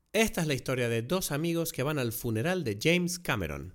Esta es la historia de dos amigos que van al funeral de James Cameron.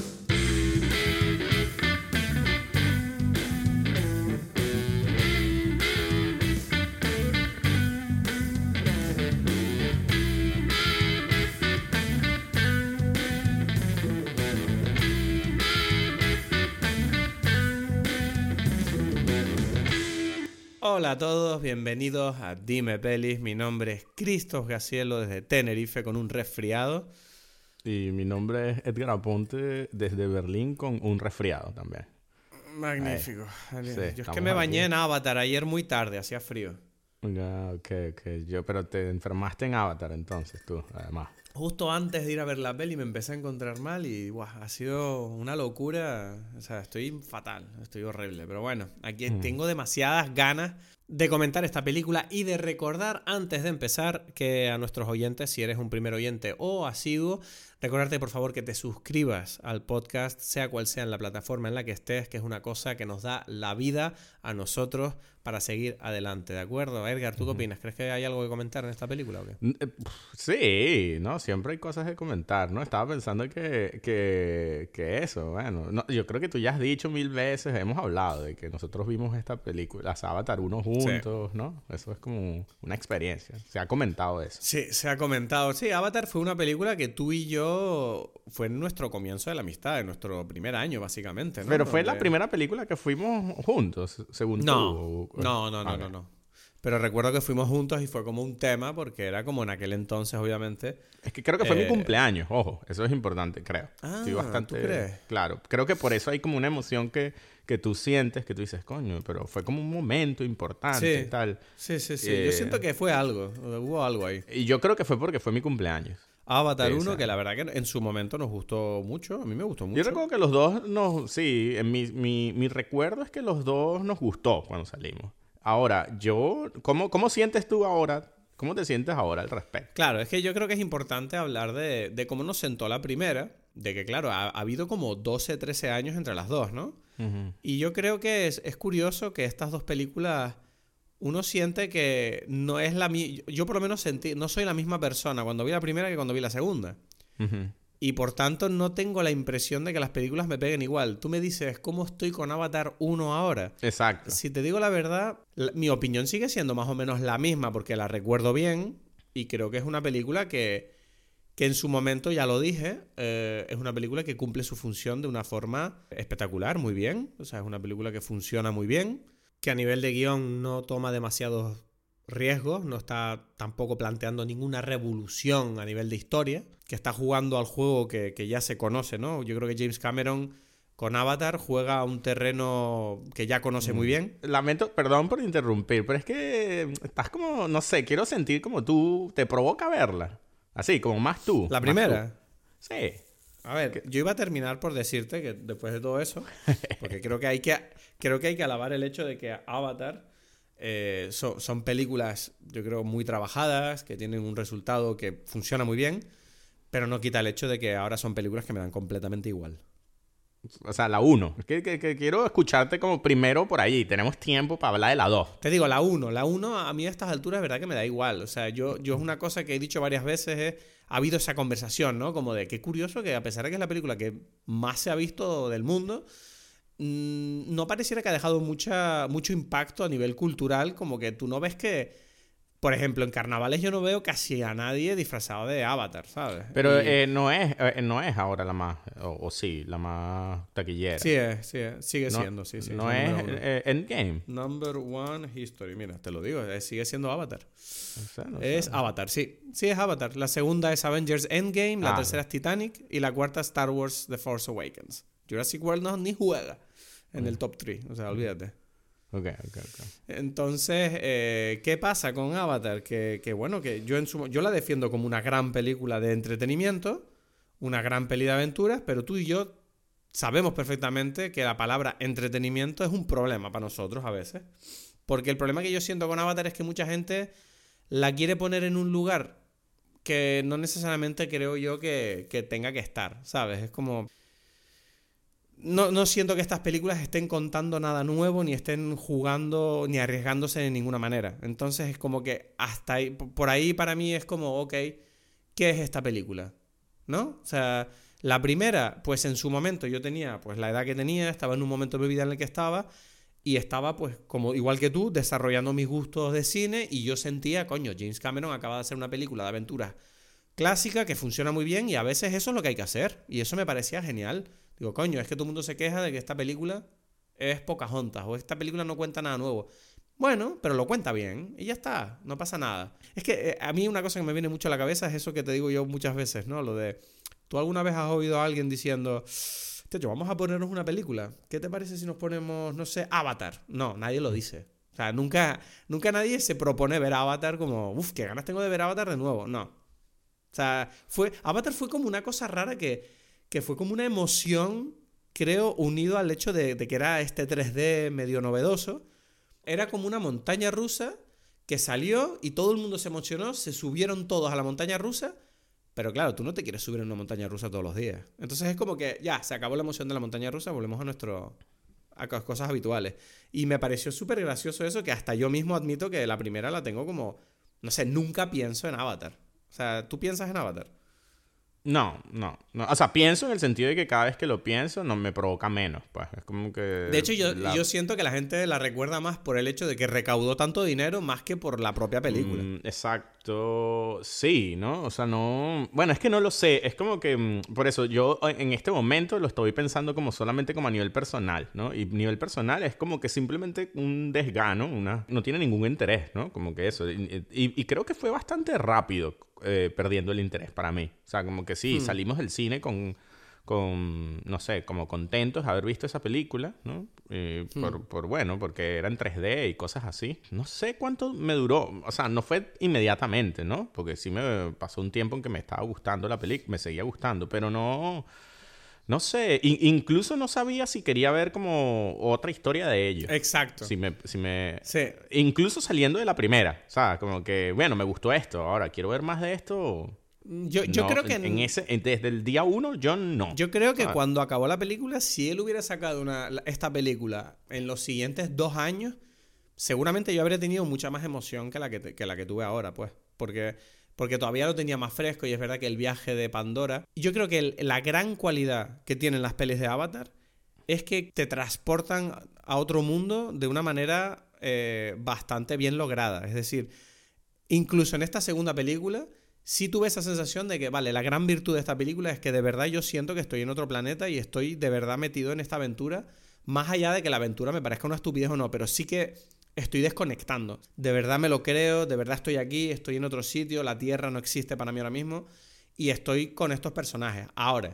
Hola a todos, bienvenidos a Dime Pelis. Mi nombre es Christos Gacielo desde Tenerife con un resfriado. Y mi nombre es Edgar Aponte desde Berlín con un resfriado también. Magnífico. Sí, Yo es que me bañé en Avatar ayer muy tarde, hacía frío. Ok. Pero te enfermaste en Avatar entonces tú, además. Justo antes de ir a ver la peli me empecé a encontrar mal y ha sido una locura. O sea, estoy fatal, estoy horrible. Pero bueno, aquí tengo demasiadas ganas de comentar esta película y de recordar antes de empezar que a nuestros oyentes, si eres un primer oyente o asiduo, recordarte por favor que te suscribas al podcast, sea cual sea en la plataforma en la que estés, que es una cosa que nos da la vida a nosotros para seguir adelante, ¿de acuerdo? Edgar, ¿tú qué opinas? ¿Crees que hay algo que comentar en esta película o qué? Sí, ¿no? Siempre hay cosas que comentar, ¿no? Estaba pensando que eso, bueno, no, yo creo que tú ya has dicho 1000 veces, hemos hablado de que nosotros vimos esta película, Avatar 1 juntos, sí. ¿No? Eso es como una experiencia. Se ha comentado eso. Sí, se ha comentado. Sí, Avatar fue una película que tú y yo fue en nuestro comienzo de la amistad, en nuestro primer año, básicamente, ¿no? Pero fue la primera película que fuimos juntos, según tú. No. Pero recuerdo que fuimos juntos y fue como un tema porque era como en aquel entonces, obviamente. Es que creo que fue mi cumpleaños, ojo, eso es importante, creo. Ah, estoy bastante, ¿tú crees? Claro, creo que por eso hay como una emoción que tú sientes, que tú dices, coño, pero fue como un momento importante y tal. Sí. Yo siento que fue algo, hubo algo ahí. Y yo creo que fue porque fue mi cumpleaños. Avatar 1, que la verdad que en su momento nos gustó mucho. A mí me gustó mucho. Yo recuerdo que los dos sí, en mi recuerdo es que los dos nos gustó cuando salimos. Ahora, ¿cómo sientes tú ahora? ¿Cómo te sientes ahora al respecto? Claro, es que yo creo que es importante hablar de cómo nos sentó la primera, de que claro, ha habido como 12, 13 años entre las dos, ¿no? Uh-huh. Y yo creo que es curioso que estas dos películas, uno siente que no es la misma. Yo por lo menos sentí, no soy la misma persona cuando vi la primera que cuando vi la segunda. Uh-huh. Y por tanto no tengo la impresión de que las películas me peguen igual. Tú me dices, ¿cómo estoy con Avatar 1 ahora? Exacto. Si te digo la verdad, mi opinión sigue siendo más o menos la misma porque la recuerdo bien y creo que es una película que en su momento, ya lo dije, es una película que cumple su función de una forma espectacular, muy bien. O sea, es una película que funciona muy bien, que a nivel de guión no toma demasiados riesgos, no está tampoco planteando ninguna revolución a nivel de historia, que está jugando al juego que ya se conoce, ¿no? Yo creo que James Cameron con Avatar juega a un terreno que ya conoce muy bien. Lamento, perdón por interrumpir, pero es que estás como, no sé, quiero sentir como tú, te provoca verla. Así, como más tú. ¿La primera? Tú. Sí. A ver, yo iba a terminar por decirte que después de todo eso, porque creo que hay que alabar el hecho de que Avatar son películas, yo creo, muy trabajadas, que tienen un resultado que funciona muy bien, pero no quita el hecho de que ahora son películas que me dan completamente igual. O sea, la 1. Que quiero escucharte como primero por ahí. Tenemos tiempo para hablar de la 2. Te digo, la 1. La 1 a mí a estas alturas es verdad que me da igual. O sea, yo es una cosa que he dicho varias veces. Ha habido esa conversación, ¿no? Como de qué curioso que a pesar de que es la película que más se ha visto del mundo, no pareciera que ha dejado mucho impacto a nivel cultural. Como que tú no ves que... Por ejemplo, en carnavales yo no veo casi a nadie disfrazado de Avatar, ¿sabes? Pero no es ahora la más... O sí, la más taquillera. Sí, sigue siendo, sí. No es Endgame. Number one history. Mira, te lo digo, sigue siendo Avatar. No es sé. Avatar, sí. Sí, es Avatar. La segunda es Avengers Endgame, la tercera es Titanic y la cuarta es Star Wars The Force Awakens. Jurassic World no ni juega en el top 3, o sea, olvídate. Ok. Entonces, ¿qué pasa con Avatar? Que bueno, que yo la defiendo como una gran película de entretenimiento, una gran peli de aventuras, pero tú y yo sabemos perfectamente que la palabra entretenimiento es un problema para nosotros a veces. Porque el problema que yo siento con Avatar es que mucha gente la quiere poner en un lugar que no necesariamente creo yo que tenga que estar, ¿sabes? Es como... No siento que estas películas estén contando nada nuevo, ni estén jugando, ni arriesgándose de ninguna manera. Entonces es como que hasta ahí, por ahí para mí es como, ok, ¿qué es esta película? ¿No? O sea, la primera, pues en su momento yo tenía pues la edad que tenía, estaba en un momento de mi vida en el que estaba y estaba pues como igual que tú desarrollando mis gustos de cine y yo sentía, coño, James Cameron acaba de hacer una película de aventuras clásica que funciona muy bien y a veces eso es lo que hay que hacer y eso me parecía genial. Digo, coño, es que todo el mundo se queja de que esta película es Pocahontas o esta película no cuenta nada nuevo. Bueno, pero lo cuenta bien y ya está, no pasa nada. Es que a mí una cosa que me viene mucho a la cabeza es eso que te digo yo muchas veces, ¿no? Lo de, ¿tú alguna vez has oído a alguien diciendo, techo, vamos a ponernos una película? ¿Qué te parece si nos ponemos, no sé, Avatar? No, nadie lo dice. O sea, nunca nadie se propone ver Avatar como, uff, qué ganas tengo de ver Avatar de nuevo. No. O sea, Avatar fue como una cosa rara que fue como una emoción, creo, unido al hecho de que era este 3D medio novedoso. Era como una montaña rusa que salió y todo el mundo se emocionó, se subieron todos a la montaña rusa, pero claro, tú no te quieres subir en una montaña rusa todos los días. Entonces es como que ya, se acabó la emoción de la montaña rusa, volvemos a cosas habituales. Y me pareció súper gracioso eso, que hasta yo mismo admito que la primera la tengo como, no sé, nunca pienso en Avatar. O sea, ¿tú piensas en Avatar? No. O sea, pienso en el sentido de que cada vez que lo pienso no me provoca menos, pues. Es como De que hecho, yo siento que la gente la recuerda más por el hecho de que recaudó tanto dinero más que por la propia película. Exacto. Sí, ¿no? O sea, no... Bueno, es que no lo sé. Es como que... por eso, yo en este momento lo estoy pensando como solamente como a nivel personal, ¿no? Y nivel personal es como que simplemente un desgano, no tiene ningún interés, ¿no? Como que eso. Y creo que fue bastante rápido perdiendo el interés para mí. O sea, como que sí, salimos del cine con, no sé, como contentos de haber visto esa película, ¿no? Bueno, porque era en 3D y cosas así. No sé cuánto me duró. O sea, no fue inmediatamente, ¿no? Porque sí me pasó un tiempo en que me estaba gustando la película, me seguía gustando, pero no... No sé, incluso no sabía si quería ver como otra historia de ellos. Exacto. Sí. Incluso saliendo de la primera. O sea, como que, bueno, me gustó esto. Ahora, ¿quiero ver más de esto? Yo No, creo que... desde el día 1, yo no. Yo creo que cuando acabó la película, si él hubiera sacado esta película en los siguientes 2 años, seguramente yo habría tenido mucha más emoción que la que tuve ahora, pues. Porque todavía lo tenía más fresco y es verdad que el viaje de Pandora... Yo creo que la gran cualidad que tienen las pelis de Avatar es que te transportan a otro mundo de una manera bastante bien lograda. Es decir, incluso en esta segunda película, sí tuve esa sensación de que, vale, la gran virtud de esta película es que de verdad yo siento que estoy en otro planeta y estoy de verdad metido en esta aventura, más allá de que la aventura me parezca una estupidez o no, pero sí que estoy desconectando. De verdad me lo creo, de verdad estoy aquí, estoy en otro sitio, la Tierra no existe para mí ahora mismo y estoy con estos personajes. Ahora,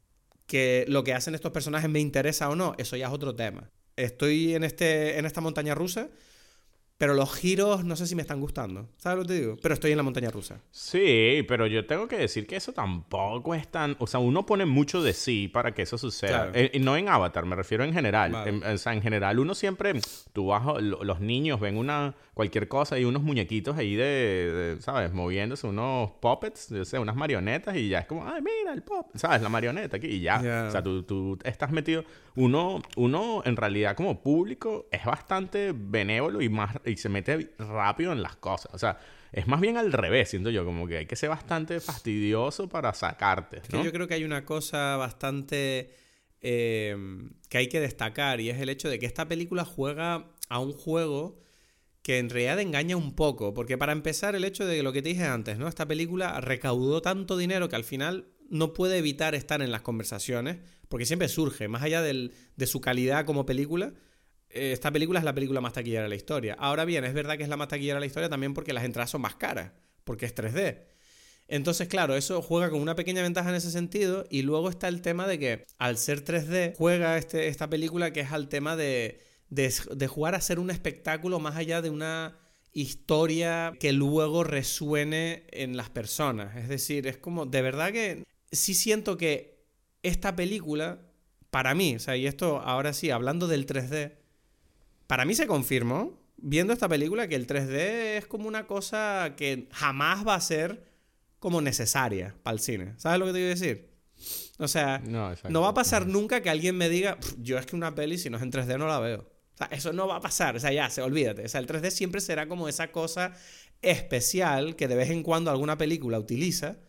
que lo que hacen estos personajes me interesa o no, eso ya es otro tema. Estoy en esta montaña rusa, pero los giros no sé si me están gustando. ¿Sabes lo que te digo? Pero estoy en la montaña rusa. Sí, pero yo tengo que decir que eso tampoco es tan... O sea, uno pone mucho de sí para que eso suceda. Claro. No en Avatar, me refiero en general. Vale. O sea, en general uno siempre... Tú vas... Los niños ven cualquier cosa y unos muñequitos ahí ¿sabes? Moviéndose, unos puppets, yo sé, unas marionetas y ya es como... Ay, mira el pop, ¿sabes? La marioneta aquí y ya. Yeah. O sea, tú estás metido... Uno en realidad como público es bastante benévolo y se mete rápido en las cosas. O sea, es más bien al revés, siento yo. Como que hay que ser bastante fastidioso para sacarte, ¿no? Es que yo creo que hay una cosa bastante que hay que destacar y es el hecho de que esta película juega a un juego que en realidad engaña un poco. Porque para empezar, el hecho de lo que te dije antes, ¿no? Esta película recaudó tanto dinero que al final no puede evitar estar en las conversaciones, porque siempre surge, más allá de su calidad como película, esta película es la película más taquillera de la historia. Ahora bien, es verdad que es la más taquillera de la historia también porque las entradas son más caras, porque es 3D. Entonces, claro, eso juega con una pequeña ventaja en ese sentido, y luego está el tema de que al ser 3D juega esta película que es al tema de jugar a ser un espectáculo más allá de una historia que luego resuene en las personas. Es decir, es como, de verdad que sí siento que esta película, para mí, o sea, y esto ahora sí, hablando del 3D, para mí se confirmó, viendo esta película, que el 3D es como una cosa que jamás va a ser como necesaria para el cine. ¿Sabes lo que te quiero decir? O sea, no va a pasar nunca que alguien me diga, yo es que una peli si no es en 3D no la veo. O sea, eso no va a pasar. O sea, ya, olvídate. O sea, el 3D siempre será como esa cosa especial que de vez en cuando alguna película utiliza,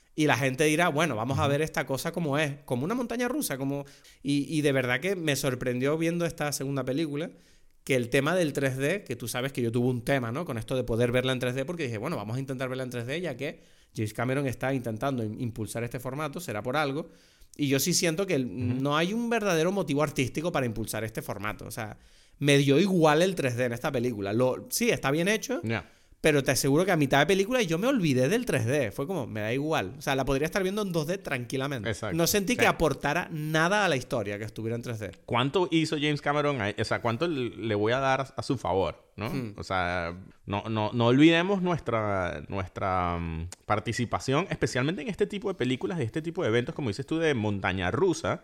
Y la gente dirá, bueno, vamos a ver esta cosa como es, como una montaña rusa, como... Y de verdad que me sorprendió viendo esta segunda película que el tema del 3D, que tú sabes que yo tuve un tema, ¿no? Con esto de poder verla en 3D, porque dije, bueno, vamos a intentar verla en 3D, ya que James Cameron está intentando impulsar este formato, será por algo. Y yo sí siento que no hay un verdadero motivo artístico para impulsar este formato. O sea, me dio igual el 3D en esta película. Sí, está bien hecho, pero te aseguro que a mitad de película yo me olvidé del 3D. Fue como, me da igual. O sea, la podría estar viendo en 2D tranquilamente. Exacto. No sentí que aportara nada a la historia que estuviera en 3D. ¿Cuánto hizo James Cameron? O sea, ¿cuánto le voy a dar a su favor? ¿No? O sea, no olvidemos nuestra participación, especialmente en este tipo de películas, de este tipo de eventos, como dices tú, de montaña rusa,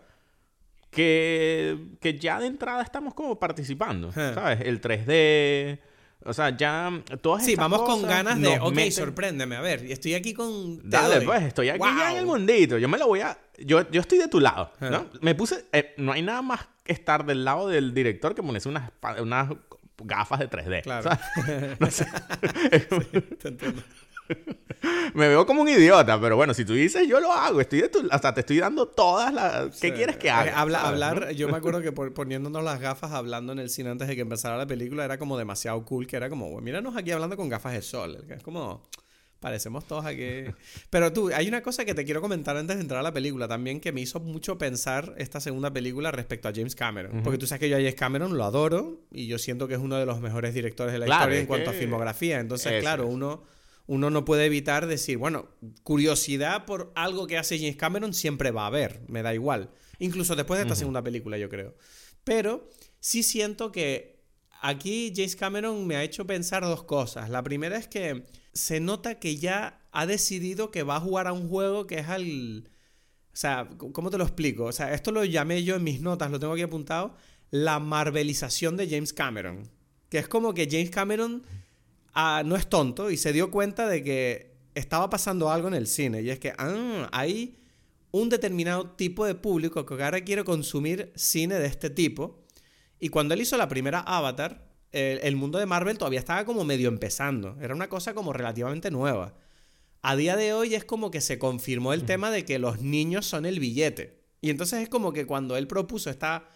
que ya de entrada estamos como participando, ¿sabes? El 3D... O sea, ya todas estas vamos cosas con ganas de, ok, sorpréndeme, a ver, estoy aquí con... Dale, pues, estoy aquí ya en el mundito. Yo me lo voy a... Yo estoy de tu lado, ¿no? Me puse... no hay nada más que estar del lado del director que ponerse unas gafas de 3D. Claro. No sé. Sí, te entiendo. Me veo como un idiota, pero bueno, si tú dices, yo lo hago. Hasta te estoy dando todas las... ¿Qué quieres que haga? Hablar, ¿no? Yo me acuerdo que poniéndonos las gafas, hablando en el cine antes de que empezara la película, era como demasiado cool, que era como, míranos aquí hablando con gafas de sol. Es como, parecemos todos aquí. Pero tú, hay una cosa que te quiero comentar antes de entrar a la película también, que me hizo mucho pensar esta segunda película respecto a James Cameron. Porque tú sabes que yo a James Cameron lo adoro y yo siento que es uno de los mejores directores de la historia en cuanto a filmografía. Entonces, claro, uno no puede evitar decir, bueno, curiosidad por algo que hace James Cameron siempre va a haber, me da igual. Incluso después de esta segunda película, yo creo. Pero sí siento que aquí James Cameron me ha hecho pensar dos cosas. La primera es que se nota que ya ha decidido que va a jugar a un juego que es al... O sea, ¿cómo te lo explico? O sea, esto lo llamé yo en mis notas, lo tengo aquí apuntado, la marvelización de James Cameron. Que es como que James Cameron... no es tonto y se dio cuenta de que estaba pasando algo en el cine. Y es que hay un determinado tipo de público que ahora quiere consumir cine de este tipo. Y cuando él hizo la primera Avatar, el mundo de Marvel todavía estaba como medio empezando. Era una cosa como relativamente nueva. A día de hoy es como que se confirmó el tema de que los niños son el billete. Y entonces es como que cuando él propuso esta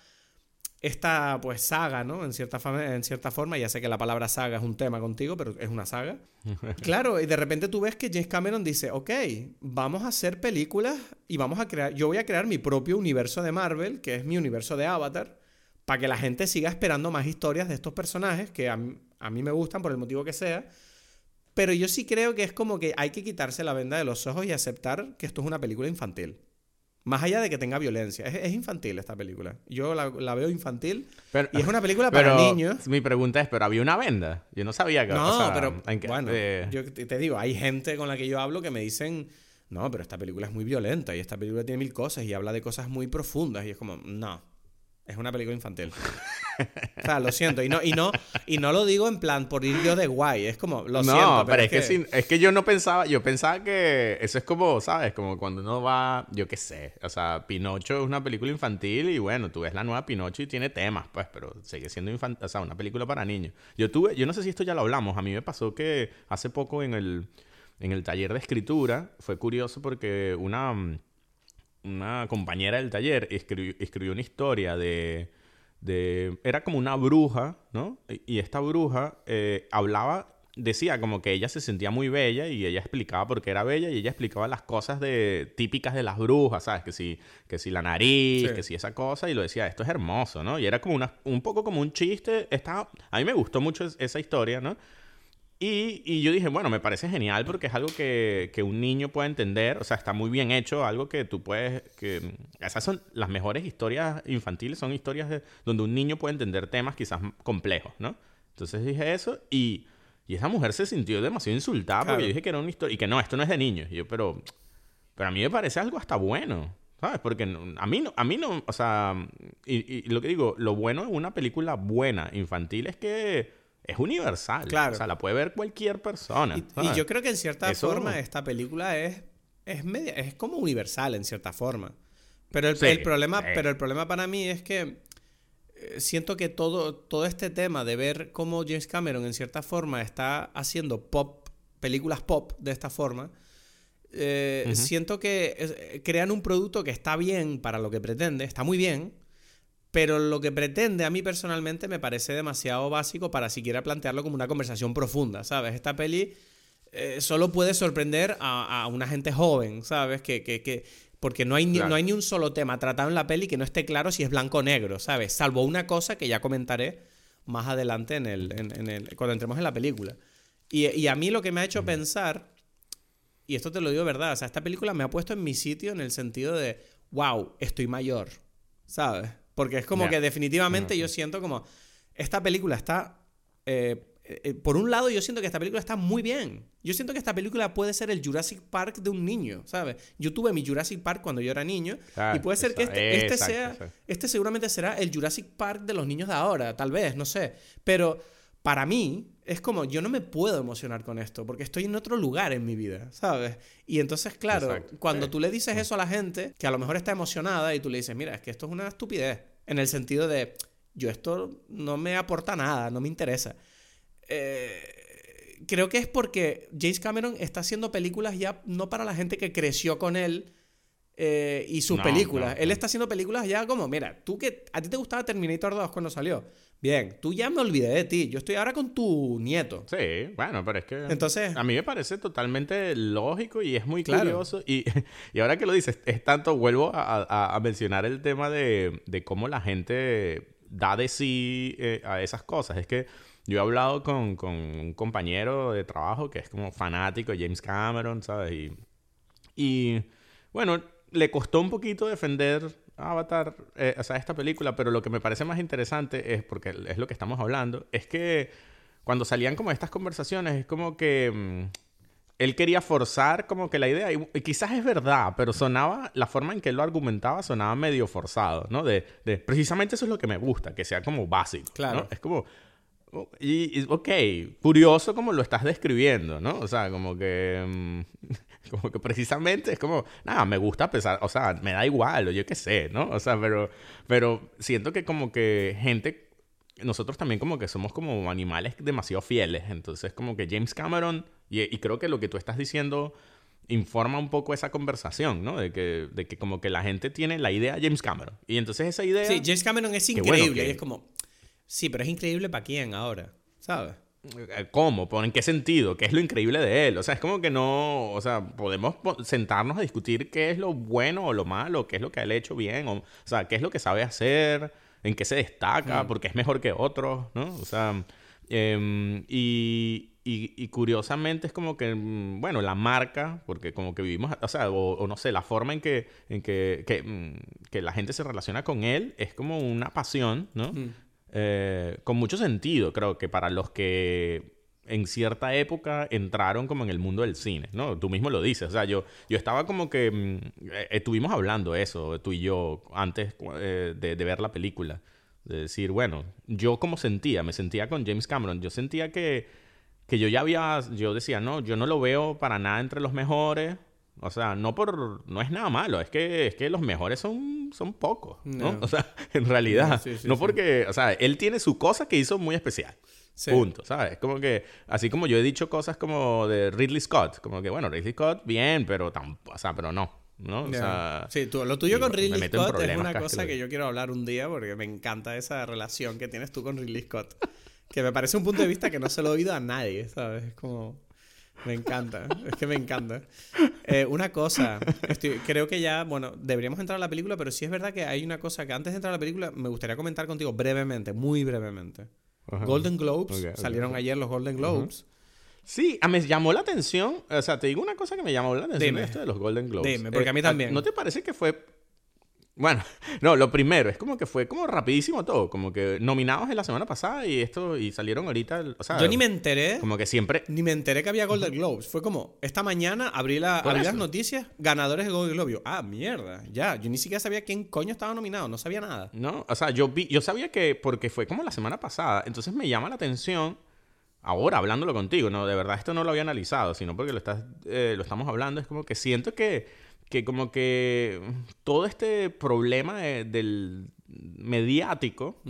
pues saga, ¿no? En cierta forma, ya sé que la palabra saga es un tema contigo, pero es una saga. Claro, y de repente tú ves que James Cameron dice, ok, vamos a hacer películas y yo voy a crear mi propio universo de Marvel, que es mi universo de Avatar, para que la gente siga esperando más historias de estos personajes, que a mí me gustan por el motivo que sea, pero yo sí creo que es como que hay que quitarse la venda de los ojos y aceptar que esto es una película infantil. Más allá de que tenga violencia. Es infantil esta película. Yo la veo infantil. Y es una película para niños. Mi pregunta es, ¿pero había una venda? Yo no sabía que... No, pero... Bueno, yo te digo, hay gente con la que yo hablo que me dicen... No, pero esta película es muy violenta y esta película tiene 1000 cosas y habla de cosas muy profundas. Y es como, no. Es una película infantil. O sea, lo siento. Y no lo digo en plan por ir yo de guay. Es como, lo siento. No, pero es que yo no pensaba... Yo pensaba que eso es como, ¿sabes? Como cuando uno va... Yo qué sé. O sea, Pinocho es una película infantil y bueno, tú ves la nueva Pinocho y tiene temas, pues, pero sigue siendo infantil. O sea, una película para niños. Yo no sé si esto ya lo hablamos. A mí me pasó que hace poco en el taller de escritura fue curioso porque una compañera del taller escribió una historia era como una bruja, ¿no? Y esta bruja decía como que ella se sentía muy bella y ella explicaba por qué era bella y ella explicaba las cosas típicas de las brujas, ¿sabes? Que si la nariz, sí, que si esa cosa, y lo decía, esto es hermoso, ¿no? Y era como un poco como un chiste. A mí me gustó mucho esa historia, ¿no? Y yo dije, bueno, me parece genial porque es algo que un niño puede entender. O sea, está muy bien hecho, algo que tú puedes... Esas son las mejores historias infantiles, son historias donde un niño puede entender temas quizás complejos, ¿no? Entonces dije eso y esa mujer se sintió demasiado insultada porque yo dije que era una historia... Y que no, esto no es de niños. Y yo, pero a mí me parece algo hasta bueno, ¿sabes? Porque a mí no... O sea, y lo que digo, lo bueno en una película buena infantil es que... es universal. Claro. O sea, la puede ver cualquier persona. Y yo creo que en cierta forma esta película es como universal en cierta forma. Pero el problema para mí es que siento que todo este tema de ver cómo James Cameron en cierta forma está haciendo películas pop de esta forma, siento que crean un producto que está bien para lo que pretende, está muy bien, pero lo que pretende a mí personalmente me parece demasiado básico para siquiera plantearlo como una conversación profunda, ¿sabes? Esta peli solo puede sorprender a una gente joven, ¿sabes? Porque no hay ni un solo tema tratado en la peli que no esté claro si es blanco o negro, ¿sabes? Salvo una cosa que ya comentaré más adelante cuando entremos en la película. Y a mí lo que me ha hecho pensar, y esto te lo digo de verdad, o sea, esta película me ha puesto en mi sitio en el sentido de, wow, estoy mayor, ¿sabes? Porque es como que definitivamente yo siento como, esta película está... por un lado, yo siento que esta película está muy bien. Yo siento que esta película puede ser el Jurassic Park de un niño, ¿sabes? Yo tuve mi Jurassic Park cuando yo era niño, y puede ser que este seguramente será el Jurassic Park de los niños de ahora, tal vez, no sé. Pero para mí es como, yo no me puedo emocionar con esto, porque estoy en otro lugar en mi vida, ¿sabes? Y entonces, claro, cuando tú le dices eso a la gente, que a lo mejor está emocionada, y tú le dices, mira, es que esto es una estupidez, en el sentido de, yo esto no me aporta nada, no me interesa. Creo que es porque James Cameron está haciendo películas ya no para la gente que creció con él y sus películas. Él está haciendo películas ya como, mira, tú que a ti te gustaba Terminator 2 cuando salió. Bien, tú ya me olvidé de ti. Yo estoy ahora con tu nieto. Sí, bueno, pero es que entonces, a mí me parece totalmente lógico y es muy curioso. Y ahora que lo dices, es tanto, vuelvo a mencionar el tema de cómo la gente da de sí a esas cosas. Es que yo he hablado con un compañero de trabajo que es como fanático de James Cameron, ¿sabes? Y bueno, le costó un poquito defender Avatar, o sea, esta película, pero lo que me parece más interesante es, porque es lo que estamos hablando, es que cuando salían como estas conversaciones, es como que él quería forzar como que la idea, y quizás es verdad, pero sonaba, la forma en que él lo argumentaba sonaba medio forzado, ¿no? Precisamente eso es lo que me gusta, que sea como básico, claro, ¿no? Es como... ok, curioso como lo estás describiendo, ¿no? O sea, como que precisamente es como, nada, me gusta pesar, o sea, me da igual, o yo qué sé, ¿no? O sea, pero siento que como que nosotros también como que somos como animales demasiado fieles, entonces como que James Cameron, y creo que lo que tú estás diciendo informa un poco esa conversación, ¿no? De que como que la gente tiene la idea de James Cameron, y entonces esa idea... Sí, James Cameron es increíble, y es como... Sí, pero es increíble para quién ahora, ¿sabes? ¿Cómo? ¿En qué sentido? ¿Qué es lo increíble de él? O sea, es como que no... O sea, podemos sentarnos a discutir qué es lo bueno o lo malo, qué es lo que él ha hecho bien, o sea, qué es lo que sabe hacer, en qué se destaca, porque es mejor que otros, ¿no? O sea, y curiosamente es como que, bueno, la marca, porque como que vivimos, o sea, o no sé, la forma en que la gente se relaciona con él es como una pasión, ¿no? Con mucho sentido, creo que para los que en cierta época entraron como en el mundo del cine, ¿no? Tú mismo lo dices, o sea, yo estaba como que estuvimos hablando eso, tú y yo, antes de ver la película, de decir, bueno, yo como me sentía con James Cameron, yo sentía que yo decía, no, yo no lo veo para nada entre los mejores. O sea, no es nada malo, es que los mejores son pocos, ¿no? O sea, en realidad, no porque, o sea, él tiene su cosa que hizo muy especial. Sí. Punto, ¿sabes? Como que, así como yo he dicho cosas como de Ridley Scott, como que, bueno, Ridley Scott, bien, pero tampoco, o sea, pero no, ¿no? O sea, sí, lo tuyo con Ridley Scott es una cosa que yo quiero hablar un día porque me encanta esa relación que tienes tú con Ridley Scott. Que me parece un punto de vista que no se lo he oído a nadie, ¿sabes? Es como... Me encanta, es que me encanta. Una cosa, creo que ya, bueno, deberíamos entrar a la película, pero sí es verdad que hay una cosa que antes de entrar a la película me gustaría comentar contigo brevemente, muy brevemente. Golden Globes, salieron ayer los Golden Globes. Sí, me llamó la atención, o sea, te digo una cosa que me llamó la atención de esto de los Golden Globes. Dime, porque a mí también. ¿No te parece que fue... Bueno, no, lo primero, es como que fue como rapidísimo todo, como que nominados en la semana pasada y salieron ahorita, o sea... Yo ni me enteré. Como que siempre... Ni me enteré que había Golden Globes. Fue como, esta mañana abrí las noticias, ganadores de Golden Globes. Mierda, ya, yo ni siquiera sabía quién coño estaba nominado, no sabía nada. No, o sea, yo sabía que, porque fue como la semana pasada, entonces me llama la atención, ahora hablándolo contigo, no, de verdad esto no lo había analizado, sino porque lo estamos hablando, es como que siento que como que todo este problema del mediático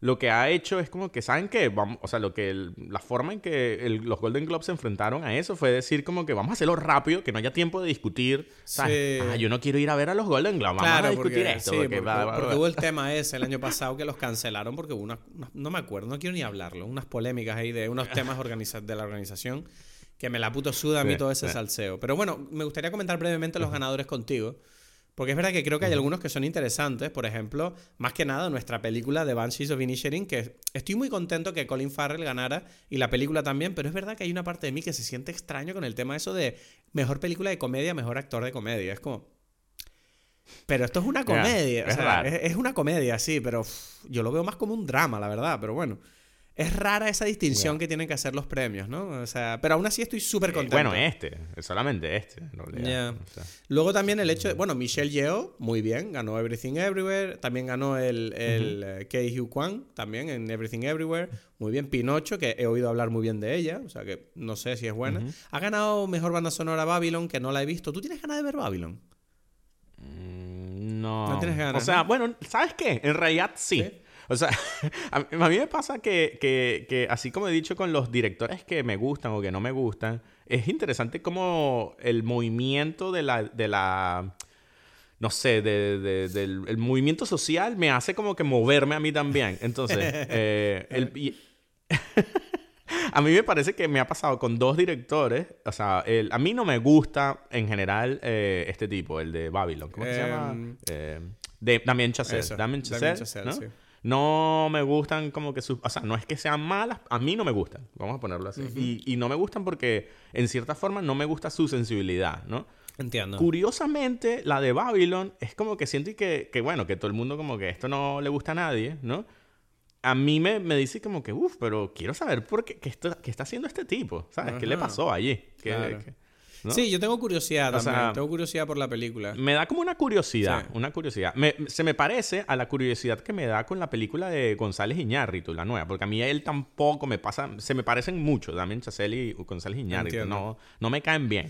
lo que ha hecho es como que, ¿saben qué? Vamos, o sea, la forma en que los Golden Globes se enfrentaron a eso fue decir como que vamos a hacerlo rápido, que no haya tiempo de discutir. ¿Sabes? Sí. Yo no quiero ir a ver a los Golden Globes, vamos a discutir esto. Sí, porque porque hubo el tema ese el año pasado que los cancelaron porque hubo no me acuerdo, no quiero ni hablarlo, unas polémicas ahí de unos temas de la organización que me la puto suda a mí todo ese salseo. Pero bueno, me gustaría comentar brevemente los ganadores contigo. Porque es verdad que creo que hay algunos que son interesantes. Por ejemplo, más que nada, nuestra película The Banshees of Inisherin, que estoy muy contento que Colin Farrell ganara y la película también, pero es verdad que hay una parte de mí que se siente extraño con el tema eso de mejor película de comedia, mejor actor de comedia. Es como... Pero esto es una comedia. Es una comedia, sí, pero yo lo veo más como un drama, la verdad. Pero bueno... Es rara esa distinción que tienen que hacer los premios, ¿no? O sea, pero aún así estoy súper contento. Bueno, solamente en realidad. O sea. Luego también el hecho de... Bueno, Michelle Yeoh, muy bien, ganó Everything Everywhere. También ganó el Ke-Huy Kwan, también en Everything Everywhere. Muy bien, Pinocho, que he oído hablar muy bien de ella. O sea, que no sé si es buena. Ha ganado Mejor Banda Sonora Babylon, que no la he visto. ¿Tú tienes ganas de ver Babylon? No. No tienes ganas. O sea, bueno, ¿sabes qué? En realidad sí. O sea, a mí me pasa que así como he dicho con los directores que me gustan o que no me gustan, es interesante como el movimiento de la no sé, del movimiento social me hace como que moverme a mí también. Entonces, a mí me parece que me ha pasado con dos directores. O sea, a mí no me gusta en general este tipo, el de Babylon. ¿Cómo se llama? Damien Chazelle. Damien Chazelle, ¿no? Sí. No me gustan como que o sea, no es que sean malas, a mí no me gustan, vamos a ponerlo así. Y no me gustan porque, en cierta forma, no me gusta su sensibilidad, ¿no? Entiendo. Curiosamente, la de Babylon es como que siento que bueno, que todo el mundo como que esto no le gusta a nadie, ¿no? A mí me dice como que, pero quiero saber qué está haciendo este tipo, ¿sabes? ¿Qué le pasó allí? Claro. ¿No? Sí, yo tengo curiosidad también. O sea, tengo curiosidad por la película. Me da como una curiosidad. Sí. Una curiosidad. Se me parece a la curiosidad que me da con la película de González Iñárritu, la nueva. Porque a mí él tampoco me pasa... Se me parecen mucho, Damien Chazelle y González Iñárritu. No me caen bien.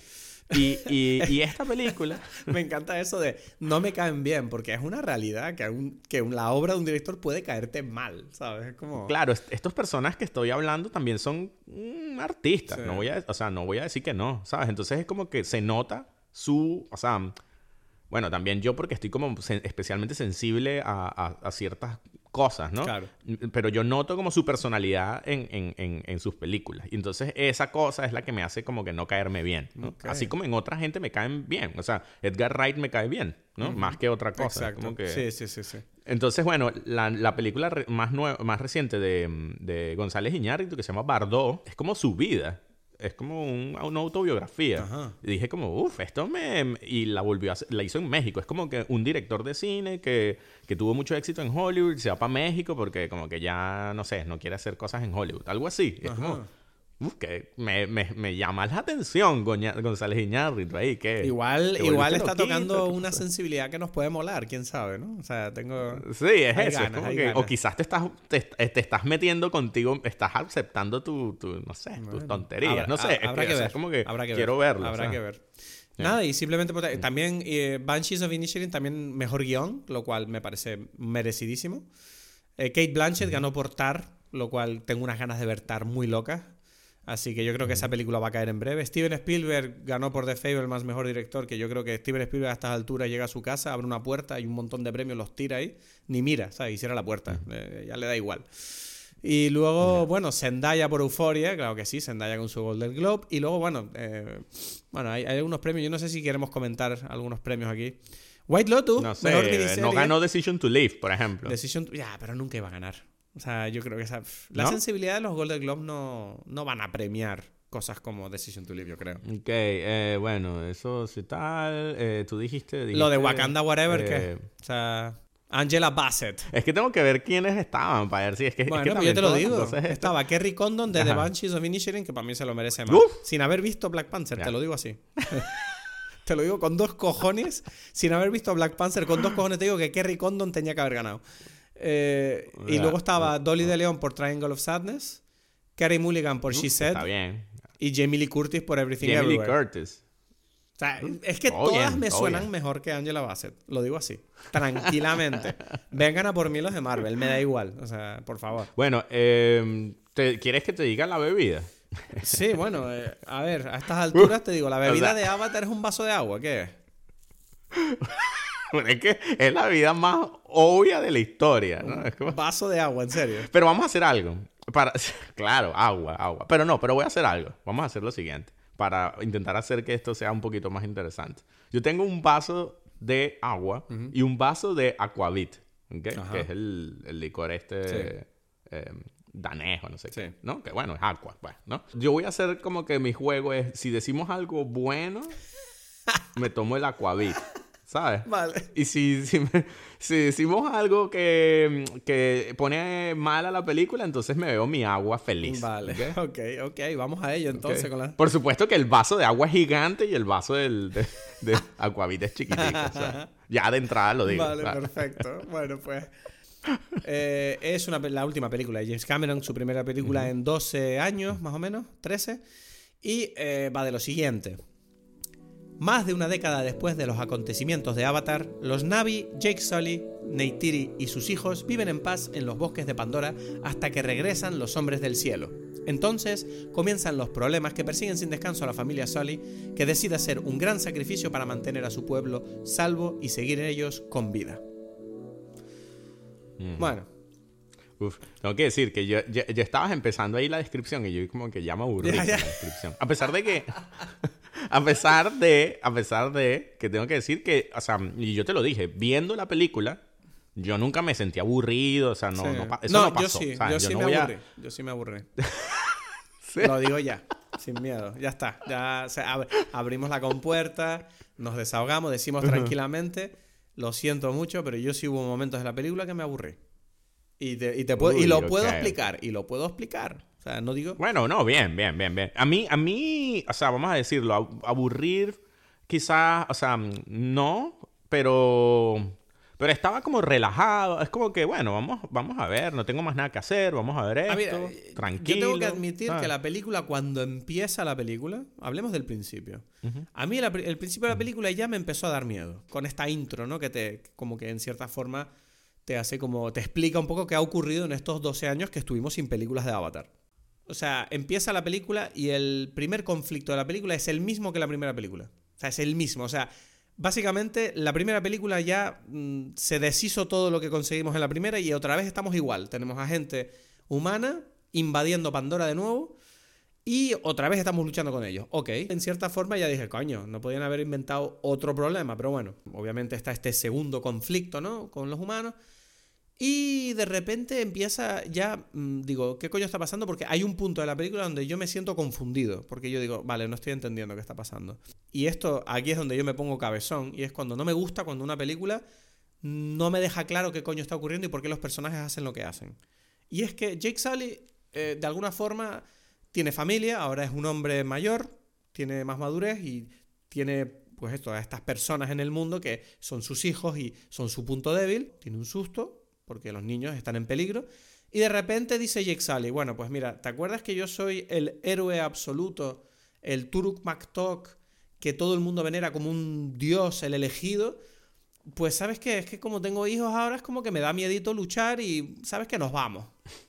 Y esta película... Me encanta eso de no me caen bien, porque es una realidad que la obra de un director puede caerte mal, ¿sabes? Es como... Claro, estos personas que estoy hablando también son artistas. Sí. No voy a decir que no, ¿sabes? Entonces es como que se nota o sea... Bueno, también yo porque estoy como especialmente sensible a ciertas cosas, ¿no? Claro. Pero yo noto como su personalidad en sus películas. Y entonces esa cosa es la que me hace como que no caerme bien, ¿no? Okay. Así como en otra gente me caen bien. O sea, Edgar Wright me cae bien, ¿no? Más que otra cosa. Exacto. Como que... Sí. Entonces, bueno, la película más reciente de González Iñárritu, que se llama Bardot, es como su vida. Es como una autobiografía. Ajá. Y dije como, y la hizo en México. Es como que un director de cine que tuvo mucho éxito en Hollywood, se va para México porque como que ya, no sé, no quiere hacer cosas en Hollywood. Algo así. Es como... que me llama la atención González Iñárritu ahí. Igual está tocando una sensibilidad que nos puede molar, quién sabe, ¿no? O sea, tengo... Sí, es eso. Ganas, es como que, o quizás te estás metiendo contigo, estás aceptando no sé, tus tonterías. No sé. Habrá que ver. Es como que habrá que quiero verlo. Habrá que ver. Nada, y simplemente... También Banshees of Inisherin, también mejor guión, lo cual me parece merecidísimo. Cate Blanchett ganó por Tar, lo cual tengo unas ganas de ver Tar muy locas. Así que yo creo que esa película va a caer en breve. Steven Spielberg ganó por The Fabelmans mejor director, que yo creo que Steven Spielberg a estas alturas llega a su casa, abre una puerta y un montón de premios los tira ahí. Ni mira, ¿sabes? Y cierra la puerta. Ya le da igual. Y luego, bueno, Zendaya por Euphoria, claro que sí, Zendaya con su Golden Globe. Y luego, bueno, hay algunos premios. Yo no sé si queremos comentar algunos premios aquí. White Lotus, no sé, mejor miniserie. No ganó Decision to Live, por ejemplo. Ya, pero nunca iba a ganar. O sea, yo creo que la sensibilidad de los Golden Globes no van a premiar cosas como Decision to Live, yo creo. Ok, bueno, eso sí tal. Tú dijiste... Lo de Wakanda Whatever, ¿qué? O sea... Angela Bassett. Es que tengo que ver quiénes estaban para ver si es que... Bueno, es que pues yo te lo digo. Estaba Kerry Condon de The Banshees of Inisherin, que para mí se lo merece más. Sin haber visto Black Panther, te lo digo así. Te lo digo con 2 cojones. Sin haber visto Black Panther, con 2 cojones te digo que Kerry Condon tenía que haber ganado. Y luego estaba Dolly de Leon por Triangle of Sadness, Carey Mulligan por She Said. Está bien. Y Jamie Lee Curtis por Everything Everywhere. Jamie Lee Curtis. O sea, es que Todo todas bien, me todo suenan bien. mejor que Angela Bassett. Lo digo así. Tranquilamente. Vengan a por mí los de Marvel. Me da igual. O sea, por favor. Bueno, ¿quieres que te diga la bebida? Sí, bueno. A ver, a estas alturas te digo, la bebida sea- de Avatar es un vaso de agua. ¿Qué es? Bueno, es que es la vida más obvia de la historia, ¿no? Es como... Vaso de agua, en serio. Pero vamos a hacer algo. Claro, agua. Pero voy a hacer algo. Vamos a hacer lo siguiente. Para intentar hacer que esto sea un poquito más interesante. Yo tengo un vaso de agua y un vaso de Aquavit. ¿Okay? Que es el licor Sí. danés o no sé qué. Sí. ¿No? Que bueno, es agua. Pues, ¿no? Yo voy a hacer como que mi juego es... Si decimos algo bueno, me tomo el Aquavit. ¿Sabes? Vale. Y si decimos algo que pone mal a la película, entonces me veo mi agua feliz. Vale. ¿Ok? Ok. Vamos a ello entonces Ok. con la... Por supuesto que el vaso de agua es gigante y el vaso de Aquavit es chiquitico. O sea, ya de entrada lo digo. Vale, ¿sabes? perfecto. Bueno, pues... es la última película de James Cameron, su primera película en 12 años, más o menos, 13. Y va de lo siguiente. Más de una década después de los acontecimientos de Avatar, los Na'vi, Jake Sully, Neytiri y sus hijos viven en paz en los bosques de Pandora hasta que regresan los hombres del cielo. Entonces comienzan los problemas que persiguen sin descanso a la familia Sully, que decide hacer un gran sacrificio para mantener a su pueblo salvo y seguir ellos con vida. Bueno, Uf, tengo que decir que yo estabas empezando ahí la descripción y yo como que ya me aburrí con la descripción. A pesar de que... A pesar de que tengo que decir que, o sea, y yo te lo dije, viendo la película, yo nunca me sentí aburrido, o sea, eso no pasó. Yo sí, ¿sabes? yo sí no me voy a- aburrí. Yo sí me aburrí. Sí. Lo digo ya, sin miedo. Ya está. Ya abrimos la compuerta, nos desahogamos, decimos tranquilamente, lo siento mucho, pero yo sí hubo momentos de la película que me aburrí. Y lo puedo explicar. Y lo puedo explicar. O sea, no digo... Bueno, no, bien. A mí, o sea, vamos a decirlo, aburrir quizás, o sea, no, pero estaba como relajado. Es como que, bueno, vamos a ver, no tengo más nada que hacer, vamos a ver esto, Mira, tranquilo. yo tengo que admitir ¿sabes? que la película, cuando empieza la película, hablemos del principio. A mí el principio de la película ya me empezó a dar miedo. Con esta intro, ¿no? Que como que en cierta forma te hace como... Te explica un poco qué ha ocurrido en estos 12 años que estuvimos sin películas de Avatar. O sea, empieza la película y el primer conflicto de la película es el mismo que la primera película. O sea, es el mismo. O sea, básicamente la primera película ya se deshizo todo lo que conseguimos en la primera y otra vez estamos igual. Tenemos a gente humana invadiendo Pandora de nuevo y otra vez estamos luchando con ellos. Ok, en cierta forma ya dije, coño, no podían haber inventado otro problema, pero bueno, obviamente está este segundo conflicto, ¿no? Con los humanos. Y de repente empieza ya, digo, ¿qué coño está pasando? Porque hay un punto de la película donde yo me siento confundido, porque yo digo, vale, no estoy entendiendo qué está pasando. Y esto, aquí es donde yo me pongo cabezón, y es cuando no me gusta, cuando una película no me deja claro qué coño está ocurriendo y por qué los personajes hacen lo que hacen. Y es que Jake Sully, de alguna forma, tiene familia, ahora es un hombre mayor, tiene más madurez y tiene, pues esto, a estas personas en el mundo que son sus hijos y son su punto débil, tiene un susto, porque los niños están en peligro, y de repente dice Jake Sully, bueno, pues mira, ¿te acuerdas que yo soy el héroe absoluto, el Turuk Maktok, que todo el mundo venera como un dios, el elegido? Pues ¿sabes qué? Es que como tengo hijos ahora es como que me da miedito luchar y ¿sabes qué? Nos vamos.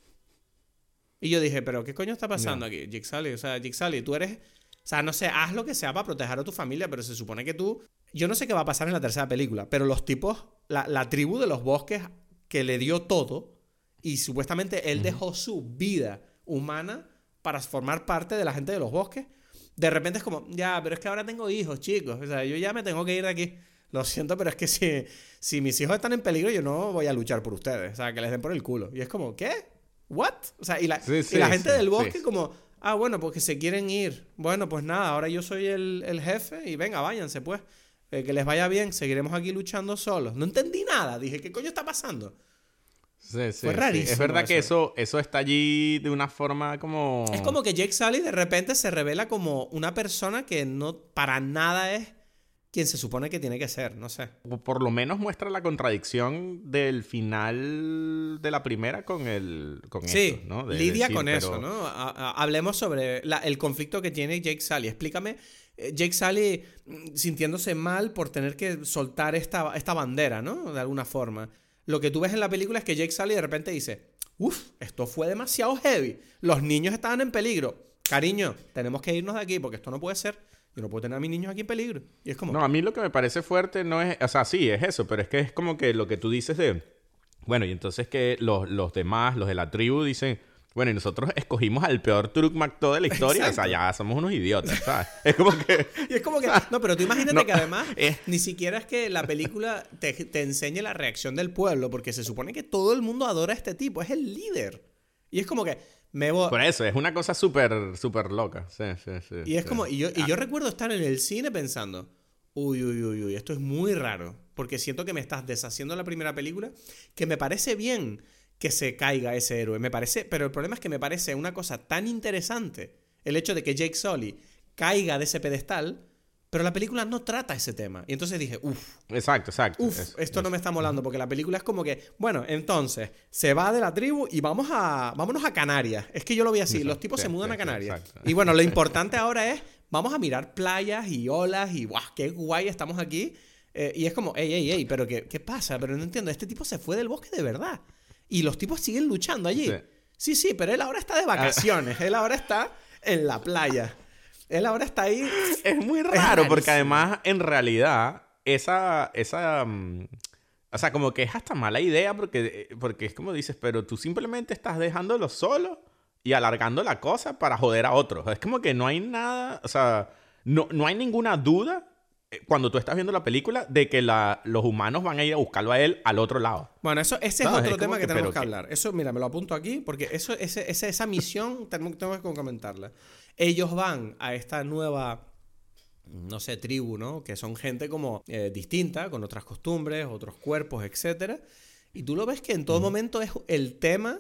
Y yo dije, ¿pero qué coño está pasando aquí, Jake Sully? O sea, Jake Sully, tú eres... O sea, no sé, haz lo que sea para proteger a tu familia, pero se supone que tú... Yo no sé qué va a pasar en la tercera película, pero los tipos, la tribu de los bosques... que le dio todo y supuestamente él dejó su vida humana para formar parte de la gente de los bosques. De repente es como, ya, pero es que ahora tengo hijos, chicos. O sea, yo ya me tengo que ir de aquí. Lo siento, pero es que si mis hijos están en peligro, yo no voy a luchar por ustedes. O sea, que les den por el culo. Y es como, ¿qué? ¿What? O sea, y la gente del bosque como, bueno, pues que se quieren ir. Bueno, pues nada, ahora yo soy el jefe y venga, váyanse pues. Que les vaya bien, seguiremos aquí luchando solos. No entendí nada. Dije, ¿qué coño está pasando? Fue rarísimo. Es verdad que eso está allí de una forma como... Es como que Jake Sully de repente se revela como una persona que no para nada es quien se supone que tiene que ser, no sé. Por lo menos muestra la contradicción del final de la primera con sí, esto, ¿no? lidia con eso, ¿no? Hablemos sobre el conflicto que tiene Jake Sully. Explícame Jake Sully sintiéndose mal por tener que soltar esta bandera, ¿no? De alguna forma. Lo que tú ves en la película es que Jake Sully de repente dice, uff, esto fue demasiado heavy. Los niños estaban en peligro. Cariño, tenemos que irnos de aquí porque esto no puede ser. Yo no puedo tener a mis niños aquí en peligro. Y es como... No, a mí lo que me parece fuerte no es... O sea, sí, es eso, pero es que es como que lo que tú dices de... Bueno, y entonces que los demás, los de la tribu, dicen... Bueno, y nosotros escogimos al peor Turuk McTo de la historia. Exacto. O sea, ya somos unos idiotas, ¿sabes? Es como que... Y es como que... No, pero tú imagínate que además ni siquiera es que la película te enseñe la reacción del pueblo, porque se supone que todo el mundo adora a este tipo. Es el líder. Y es como que... Por eso, es una cosa súper loca. Sí. Y es como... Y yo recuerdo estar en el cine pensando... Uy, esto es muy raro. Porque siento que me estás deshaciendo la primera película, que me parece bien... que se caiga ese héroe. Pero el problema es que me parece una cosa tan interesante el hecho de que Jake Sully caiga de ese pedestal, pero la película no trata ese tema. Y entonces dije, Exacto. Esto no me está molando, porque la película es como que, bueno, entonces, se va de la tribu y vámonos a Canarias. Es que yo lo vi así, los tipos se mudan a Canarias. Y bueno, lo importante ahora es, vamos a mirar playas y olas y ¡guau! ¡Qué guay estamos aquí! Y es como, ey, pero ¿qué pasa? Pero no entiendo, este tipo se fue del bosque de verdad. Y los tipos siguen luchando allí. Sí, pero él ahora está de vacaciones. Él ahora está en la playa. Él ahora está ahí. Es muy raro porque además, en realidad, esa o sea, como que es hasta mala idea porque es como dices, pero tú simplemente estás dejándolo solo y alargando la cosa para joder a otros. Es como que no hay nada, o sea, no hay ninguna duda cuando tú estás viendo la película de que los humanos van a ir a buscarlo a él al otro lado. Bueno, ese es otro tema que tenemos que hablar. Eso, mira, me lo apunto aquí porque esa misión tenemos que comentarla. Ellos van a esta nueva, no sé, tribu, ¿no? Que son gente como distinta, con otras costumbres, otros cuerpos, etcétera. Y tú lo ves que en todo momento el tema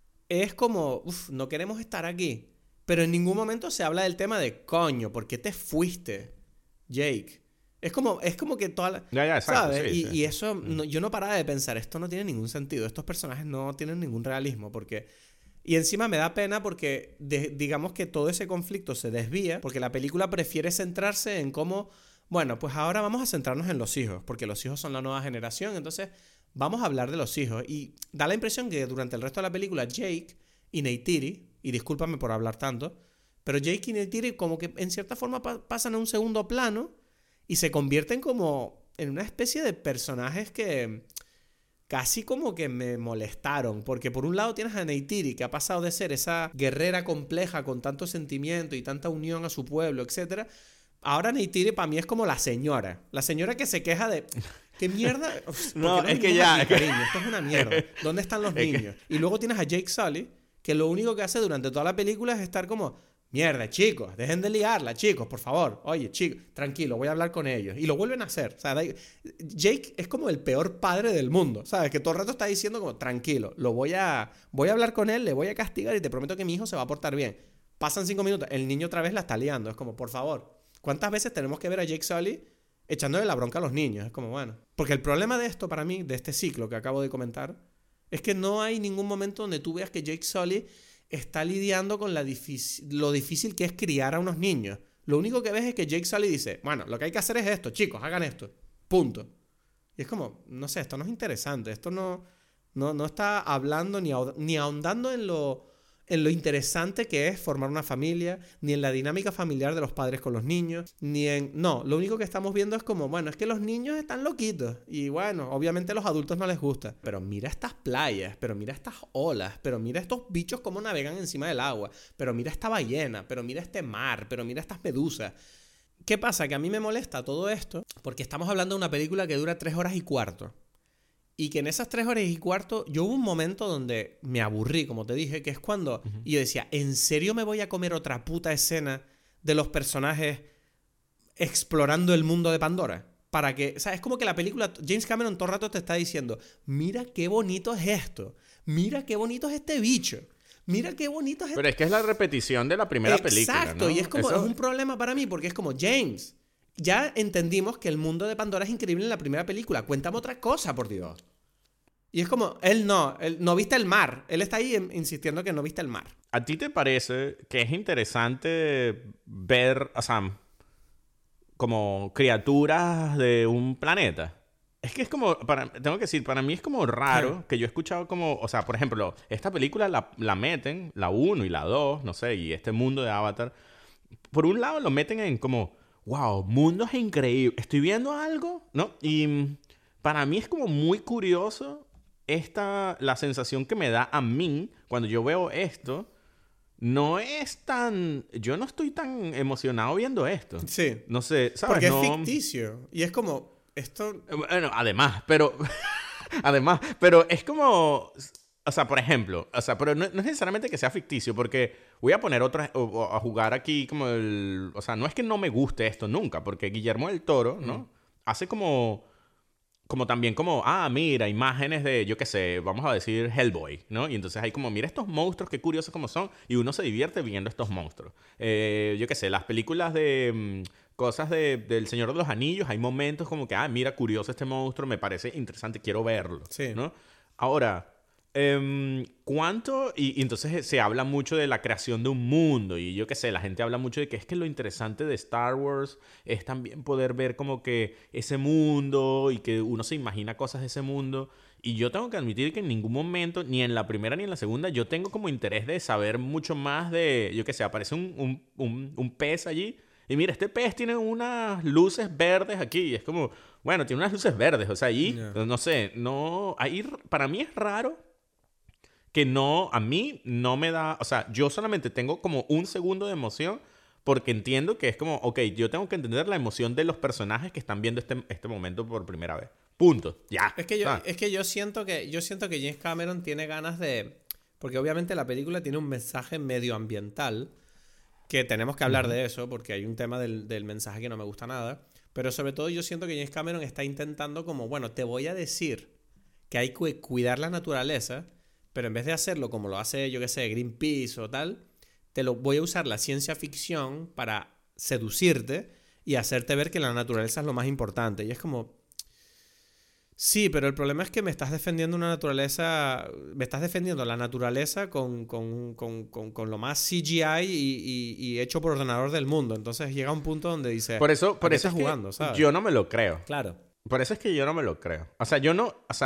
es como, no queremos estar aquí. Pero en ningún momento se habla del tema de, coño, ¿por qué te fuiste, Jake? Es como que toda la... exacto, ¿sabes? Sí. Y eso... yo no paraba de pensar, esto no tiene ningún sentido. Estos personajes no tienen ningún realismo porque... Y encima me da pena porque digamos que todo ese conflicto se desvía porque la película prefiere centrarse en cómo... Bueno, pues ahora vamos a centrarnos en los hijos porque los hijos son la nueva generación. Entonces vamos a hablar de los hijos. Y da la impresión que durante el resto de la película Jake y Neytiri... Y discúlpame por hablar tanto... Pero Jake y Neytiri como que en cierta forma pasan a un segundo plano... Y se convierten como en una especie de personajes que casi como que me molestaron. Porque por un lado tienes a Neytiri, que ha pasado de ser esa guerrera compleja con tanto sentimiento y tanta unión a su pueblo, etc. Ahora Neytiri para mí es como la señora. La señora que se queja de... ¿Qué mierda? No, es que ya... Cariño, esto es una mierda. ¿Dónde están los niños? Y luego tienes a Jake Sully, que lo único que hace durante toda la película es estar como... Mierda, chicos, dejen de liarla, chicos, por favor. Oye, chicos, tranquilo, voy a hablar con ellos. Y lo vuelven a hacer. O sea, Jake es como el peor padre del mundo, ¿sabes? Que todo el rato está diciendo como, tranquilo, voy a hablar con él, le voy a castigar y te prometo que mi hijo se va a portar bien. Pasan 5 minutos, el niño otra vez la está liando. Es como, por favor, ¿cuántas veces tenemos que ver a Jake Sully echándole la bronca a los niños? Es como, bueno. Porque el problema de esto, para mí, de este ciclo que acabo de comentar, es que no hay ningún momento donde tú veas que Jake Sully... está lidiando con lo difícil que es criar a unos niños. Lo único que ves es que Jake Sully dice, bueno, lo que hay que hacer es esto, chicos, hagan esto. Punto. Y es como, no sé, esto no es interesante. Esto no está hablando ni ahondando en lo interesante que es formar una familia, ni en la dinámica familiar de los padres con los niños, No, lo único que estamos viendo es como, bueno, es que los niños están loquitos. Y bueno, obviamente a los adultos no les gusta. Pero mira estas playas, pero mira estas olas, pero mira estos bichos cómo navegan encima del agua, pero mira esta ballena, pero mira este mar, pero mira estas medusas. ¿Qué pasa? Que a mí me molesta todo esto porque estamos hablando de una película que dura 3 horas y cuarto. Y que en esas 3 horas y cuarto yo hubo un momento donde me aburrí, como te dije, que es cuando y yo decía, ¿en serio me voy a comer otra puta escena de los personajes explorando el mundo de Pandora? Para que, o sea, es como que la película, James Cameron todo el rato te está diciendo, mira qué bonito es esto, mira qué bonito es este bicho, mira qué bonito es Pero es que es la repetición de la primera película, Exacto, ¿no? Y es como, es un problema para mí, porque es como, James, ya entendimos que el mundo de Pandora es increíble en la primera película, cuéntame otra cosa, por Dios. Y es como, él no viste el mar. Él está ahí insistiendo que no viste el mar. ¿A ti te parece que es interesante ver, o sea, como criaturas de un planeta. Es que es como, tengo que decir, para mí es como raro que yo he escuchado como, o sea, por ejemplo, esta película la meten, la uno y la 2, no sé, y este mundo de Avatar, por un lado lo meten en como, wow, mundo es increíble, estoy viendo algo, ¿no? Y para mí es como muy curioso la sensación que me da a mí cuando yo veo esto. No es tan... Yo no estoy tan emocionado viendo esto. Sí. No sé, ¿sabes? Porque no... es ficticio. Y es como... Esto... Bueno, además, pero... además, pero es como... O sea, por ejemplo... O sea, pero no es necesariamente que sea ficticio, porque voy a poner otra... a jugar aquí como el... O sea, no es que no me guste esto nunca, porque Guillermo del Toro, ¿no? Hace como también como, mira, imágenes de, yo qué sé, vamos a decir Hellboy, ¿no? Y entonces hay como, mira estos monstruos, qué curiosos como son, y uno se divierte viendo estos monstruos. Yo qué sé, las películas de cosas del Señor de los Anillos, hay momentos como que, mira, curioso este monstruo, me parece interesante, quiero verlo, Sí. ¿no? Ahora, ¿cuánto? Y entonces se habla mucho de la creación de un mundo y yo qué sé, la gente habla mucho de que es que lo interesante de Star Wars es también poder ver como que ese mundo y que uno se imagina cosas de ese mundo. Y yo tengo que admitir que en ningún momento, ni en la primera ni en la segunda, yo tengo como interés de saber mucho más de, yo qué sé, aparece un pez allí. Y mira, este pez tiene unas luces verdes aquí. Y es como, bueno, tiene unas luces verdes. O sea, ahí, no sé, no... Ahí, para mí es raro que no, a mí no me da, o sea, yo solamente tengo como un segundo de emoción porque entiendo que es como, ok, yo tengo que entender la emoción de los personajes que están viendo este momento por primera vez. Punto. Ya. Es que yo siento que James Cameron tiene ganas de... Porque obviamente la película tiene un mensaje medioambiental que tenemos que hablar de eso porque hay un tema del mensaje que no me gusta nada. Pero sobre todo yo siento que James Cameron está intentando como, bueno, te voy a decir que hay que cuidar la naturaleza, pero en vez de hacerlo como lo hace, yo qué sé, Greenpeace o tal, voy a usar la ciencia ficción para seducirte y hacerte ver que la naturaleza es lo más importante. Y es como... Sí, pero el problema es que me estás defendiendo una naturaleza... Me estás defendiendo la naturaleza con lo más CGI y hecho por ordenador del mundo. Entonces llega un punto donde dice... Por eso estás es que jugando, ¿sabes? yo no me lo creo. Claro. Por eso es que yo no me lo creo. O sea, yo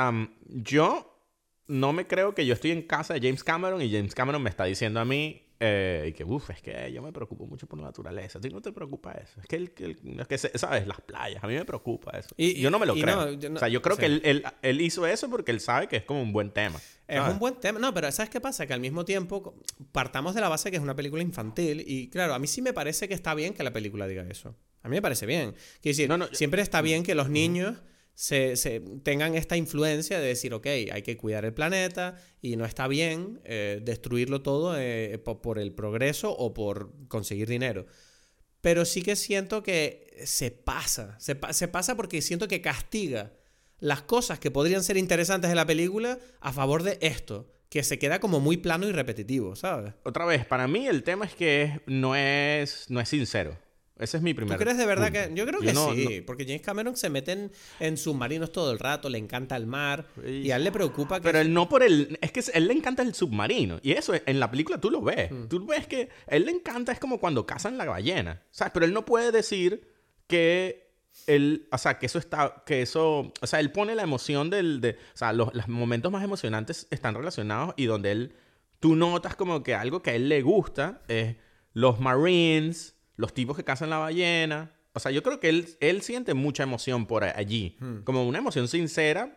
no me creo que yo estoy en casa de James Cameron y James Cameron me está diciendo a mí que, es que yo me preocupo mucho por la naturaleza. ¿A ti no te preocupa eso? Es que ¿sabes? Las playas. A mí me preocupa eso. Yo no me lo creo. O sea, yo creo que él hizo eso porque él sabe que es como un buen tema. Es un buen tema. No, pero ¿sabes qué pasa? Que al mismo tiempo partamos de la base que es una película infantil y claro, a mí sí me parece que está bien que la película diga eso. A mí me parece bien. Quiero decir, siempre está bien que los niños se tengan esta influencia de decir, ok, hay que cuidar el planeta y no está bien destruirlo todo por el progreso o por conseguir dinero. Pero sí que siento que se pasa porque siento que castiga las cosas que podrían ser interesantes de la película a favor de esto, que se queda como muy plano y repetitivo, ¿sabes? Otra vez, para mí el tema es que no es sincero. Ese es mi primer ¿Tú crees de verdad punto. que...? Yo creo que sí, porque James Cameron se mete en submarinos todo el rato, le encanta el mar, y a él le preocupa que... Pero él no por el... Es que a él le encanta el submarino, y eso en la película tú lo ves. Tú ves que a él le encanta, es como cuando cazan la ballena, ¿sabes? Pero él no puede decir que él... O sea, que eso está... Que eso... O sea, él pone la emoción o sea, los momentos más emocionantes están relacionados y donde tú notas como que algo que a él le gusta es los Marines... Los tipos que cazan la ballena. O sea, yo creo que él siente mucha emoción por allí. Como una emoción sincera.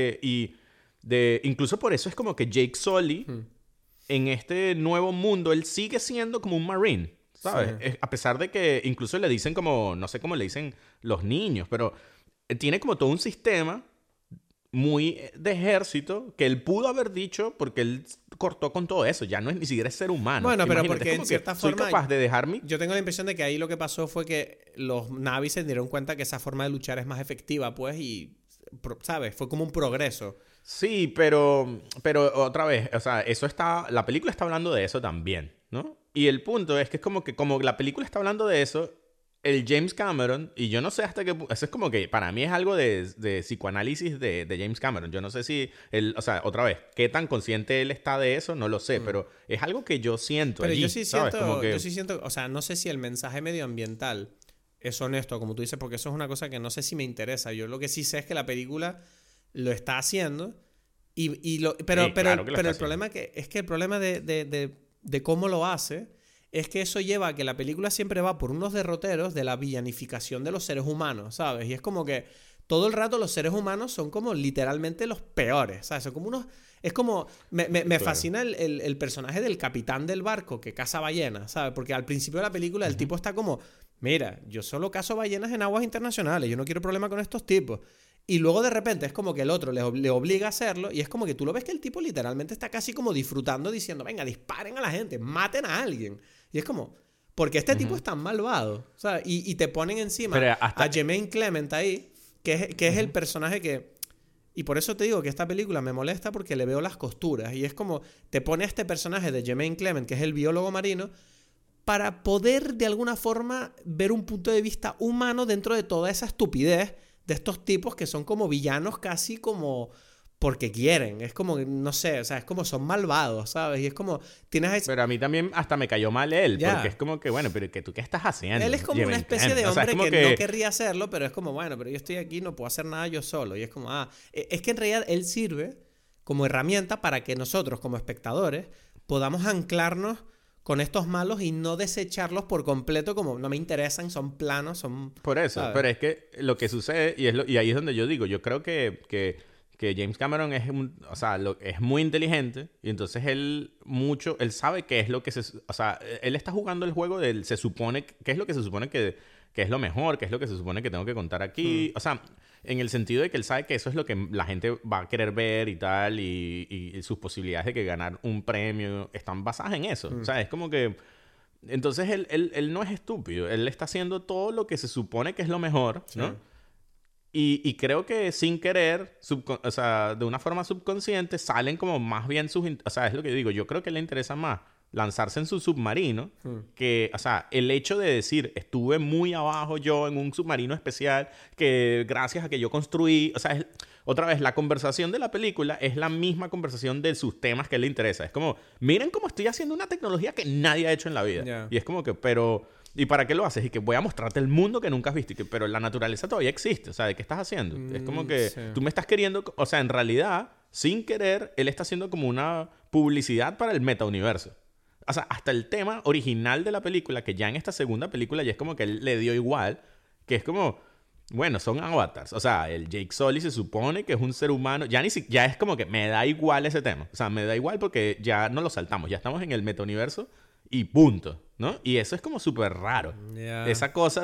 Incluso por eso es como que Jake Sully, en este nuevo mundo, él sigue siendo como un Marine. ¿Sabes? Sí. A pesar de que incluso le dicen como... No sé cómo le dicen los niños. Pero tiene como todo un sistema muy de ejército que él pudo haber dicho porque él cortó con todo eso. Ya no es ni siquiera ser humano. Bueno, pero imagínate, porque en cierta forma... Soy capaz de dejarme... Yo tengo la impresión de que ahí lo que pasó fue que los Na'vi se dieron cuenta que esa forma de luchar es más efectiva, pues, y... ¿Sabes? Fue como un progreso. Sí, pero otra vez, o sea, eso está... La película está hablando de eso también, ¿no? Y el punto es que es como la película está hablando de eso... El James Cameron, y yo no sé hasta qué... Eso es como que para mí es algo de psicoanálisis de James Cameron. Yo no sé si él... O sea, otra vez, qué tan consciente él está de eso, no lo sé. Pero es algo que yo siento pero allí, yo sí ¿sabes? siento... Como que... Yo sí siento... O sea, no sé si el mensaje medioambiental es honesto, como tú dices, porque eso es una cosa que no sé si me interesa. Yo lo que sí sé es que la película lo está haciendo. Pero claro que lo está el problema es que el problema de cómo lo hace es que eso lleva a que la película siempre va por unos derroteros de la villanificación de los seres humanos, ¿sabes? Y es como que todo el rato los seres humanos son como literalmente los peores, ¿sabes? Son como unos... Es como... Me fascina el personaje del capitán del barco que caza ballenas, ¿sabes? Porque al principio de la película el tipo está como... Mira, yo solo cazo ballenas en aguas internacionales, yo no quiero problema con estos tipos. Y luego de repente es como que el otro le obliga a hacerlo y es como que tú lo ves que el tipo literalmente está casi como disfrutando diciendo, venga, disparen a la gente, maten a alguien. Y es como, porque este tipo es tan malvado, ¿sabes? Y te ponen encima a Jemaine Clement ahí, que es el personaje que... Y por eso te digo que esta película me molesta porque le veo las costuras. Y es como, te pone a este personaje de Jemaine Clement, que es el biólogo marino, para poder de alguna forma ver un punto de vista humano dentro de toda esa estupidez de estos tipos que son como villanos casi como porque quieren. Es como, no sé, o sea, es como son malvados, ¿sabes? Y es como, Pero a mí también hasta me cayó mal él, porque es como que, bueno, pero que tú qué estás haciendo. Él es como una especie de hombre que no querría hacerlo, pero es como, bueno, pero yo estoy aquí, no puedo hacer nada yo solo. Y es como, es que en realidad él sirve como herramienta para que nosotros como espectadores podamos anclarnos con estos malos y no desecharlos por completo como no me interesan, son planos, son... Por eso, ¿sabes? pero es que lo que sucede, y ahí es donde yo digo, yo creo que James Cameron es es muy inteligente y entonces él sabe qué es lo que o sea, él está jugando el juego del se supone, qué es lo que se supone que es lo mejor, qué es lo que se supone que tengo que contar aquí, o sea, en el sentido de que él sabe que eso es lo que la gente va a querer ver y tal, y sus posibilidades de que ganar un premio están basadas en eso. O sea, es como que... Entonces él no es estúpido. Él está haciendo todo lo que se supone que es lo mejor, ¿no? Sí. Y creo que sin querer, o sea, de una forma subconsciente, salen como más bien o sea, es lo que digo. Yo creo que le interesa más lanzarse en su submarino que, o sea, el hecho de decir estuve muy abajo yo en un submarino especial que gracias a que yo construí, o sea, otra vez, la conversación de la película es la misma conversación de sus temas que le interesa. Es como, miren cómo estoy haciendo una tecnología que nadie ha hecho en la vida. Yeah. Y es como que, pero... ¿Y para qué lo haces? Y que voy a mostrarte el mundo que nunca has visto. Pero la naturaleza todavía existe. O sea, ¿de qué estás haciendo? Es como que tú me estás queriendo... O sea, en realidad, sin querer, él está haciendo como una publicidad para el metauniverso. O sea, hasta el tema original de la película, que ya en esta segunda película ya es como que él le dio igual. Que es como... Bueno, son avatars. O sea, el Jake Sully se supone que es un ser humano. Ya es como que me da igual ese tema. O sea, me da igual porque ya no lo saltamos. Ya estamos en el metauniverso y punto, ¿no? Y eso es como súper raro. Yeah. Esa cosa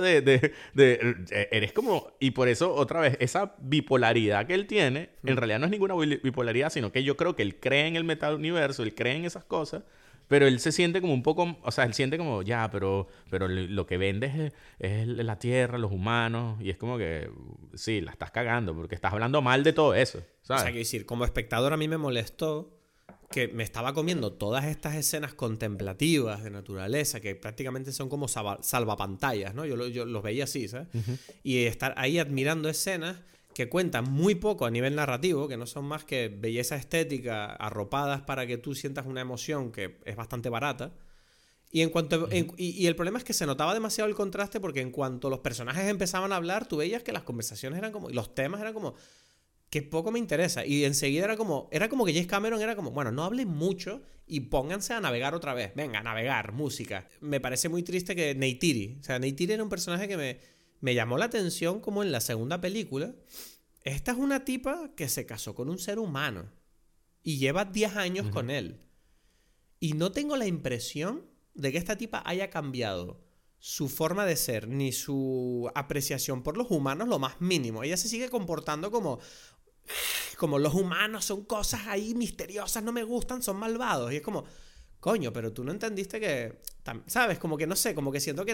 eres como... Y por eso, otra vez, esa bipolaridad que él tiene, en realidad no es ninguna bipolaridad, sino que yo creo que él cree en el metauniverso, él cree en esas cosas, pero él se siente como un poco... O sea, él siente como, ya, pero lo que vende es la Tierra, los humanos, y es como que... Sí, la estás cagando, porque estás hablando mal de todo eso, ¿sabes? O sea, quiero decir, como espectador a mí me molestó que me estaba comiendo todas estas escenas contemplativas de naturaleza que prácticamente son como salvapantallas, ¿no? Yo los veía así, ¿sabes? Y estar ahí admirando escenas que cuentan muy poco a nivel narrativo, que no son más que belleza estética arropadas para que tú sientas una emoción que es bastante barata. Y y el problema es que se notaba demasiado el contraste porque en cuanto los personajes empezaban a hablar, tú veías que las conversaciones eran como... Y los temas eran como... que poco me interesa. Y enseguida era como que James Cameron era como, bueno, no hablen mucho y pónganse a navegar otra vez. Venga, a navegar, música. Me parece muy triste que Neytiri, o sea, Neytiri era un personaje que me llamó la atención como en la segunda película. Esta es una tipa que se casó con un ser humano y lleva 10 años con él. Y no tengo la impresión de que esta tipa haya cambiado su forma de ser ni su apreciación por los humanos lo más mínimo. Ella se sigue comportando como los humanos son cosas ahí misteriosas, no me gustan, son malvados. Y es como, coño, pero tú no entendiste que... ¿Sabes? Como que no sé, como que siento que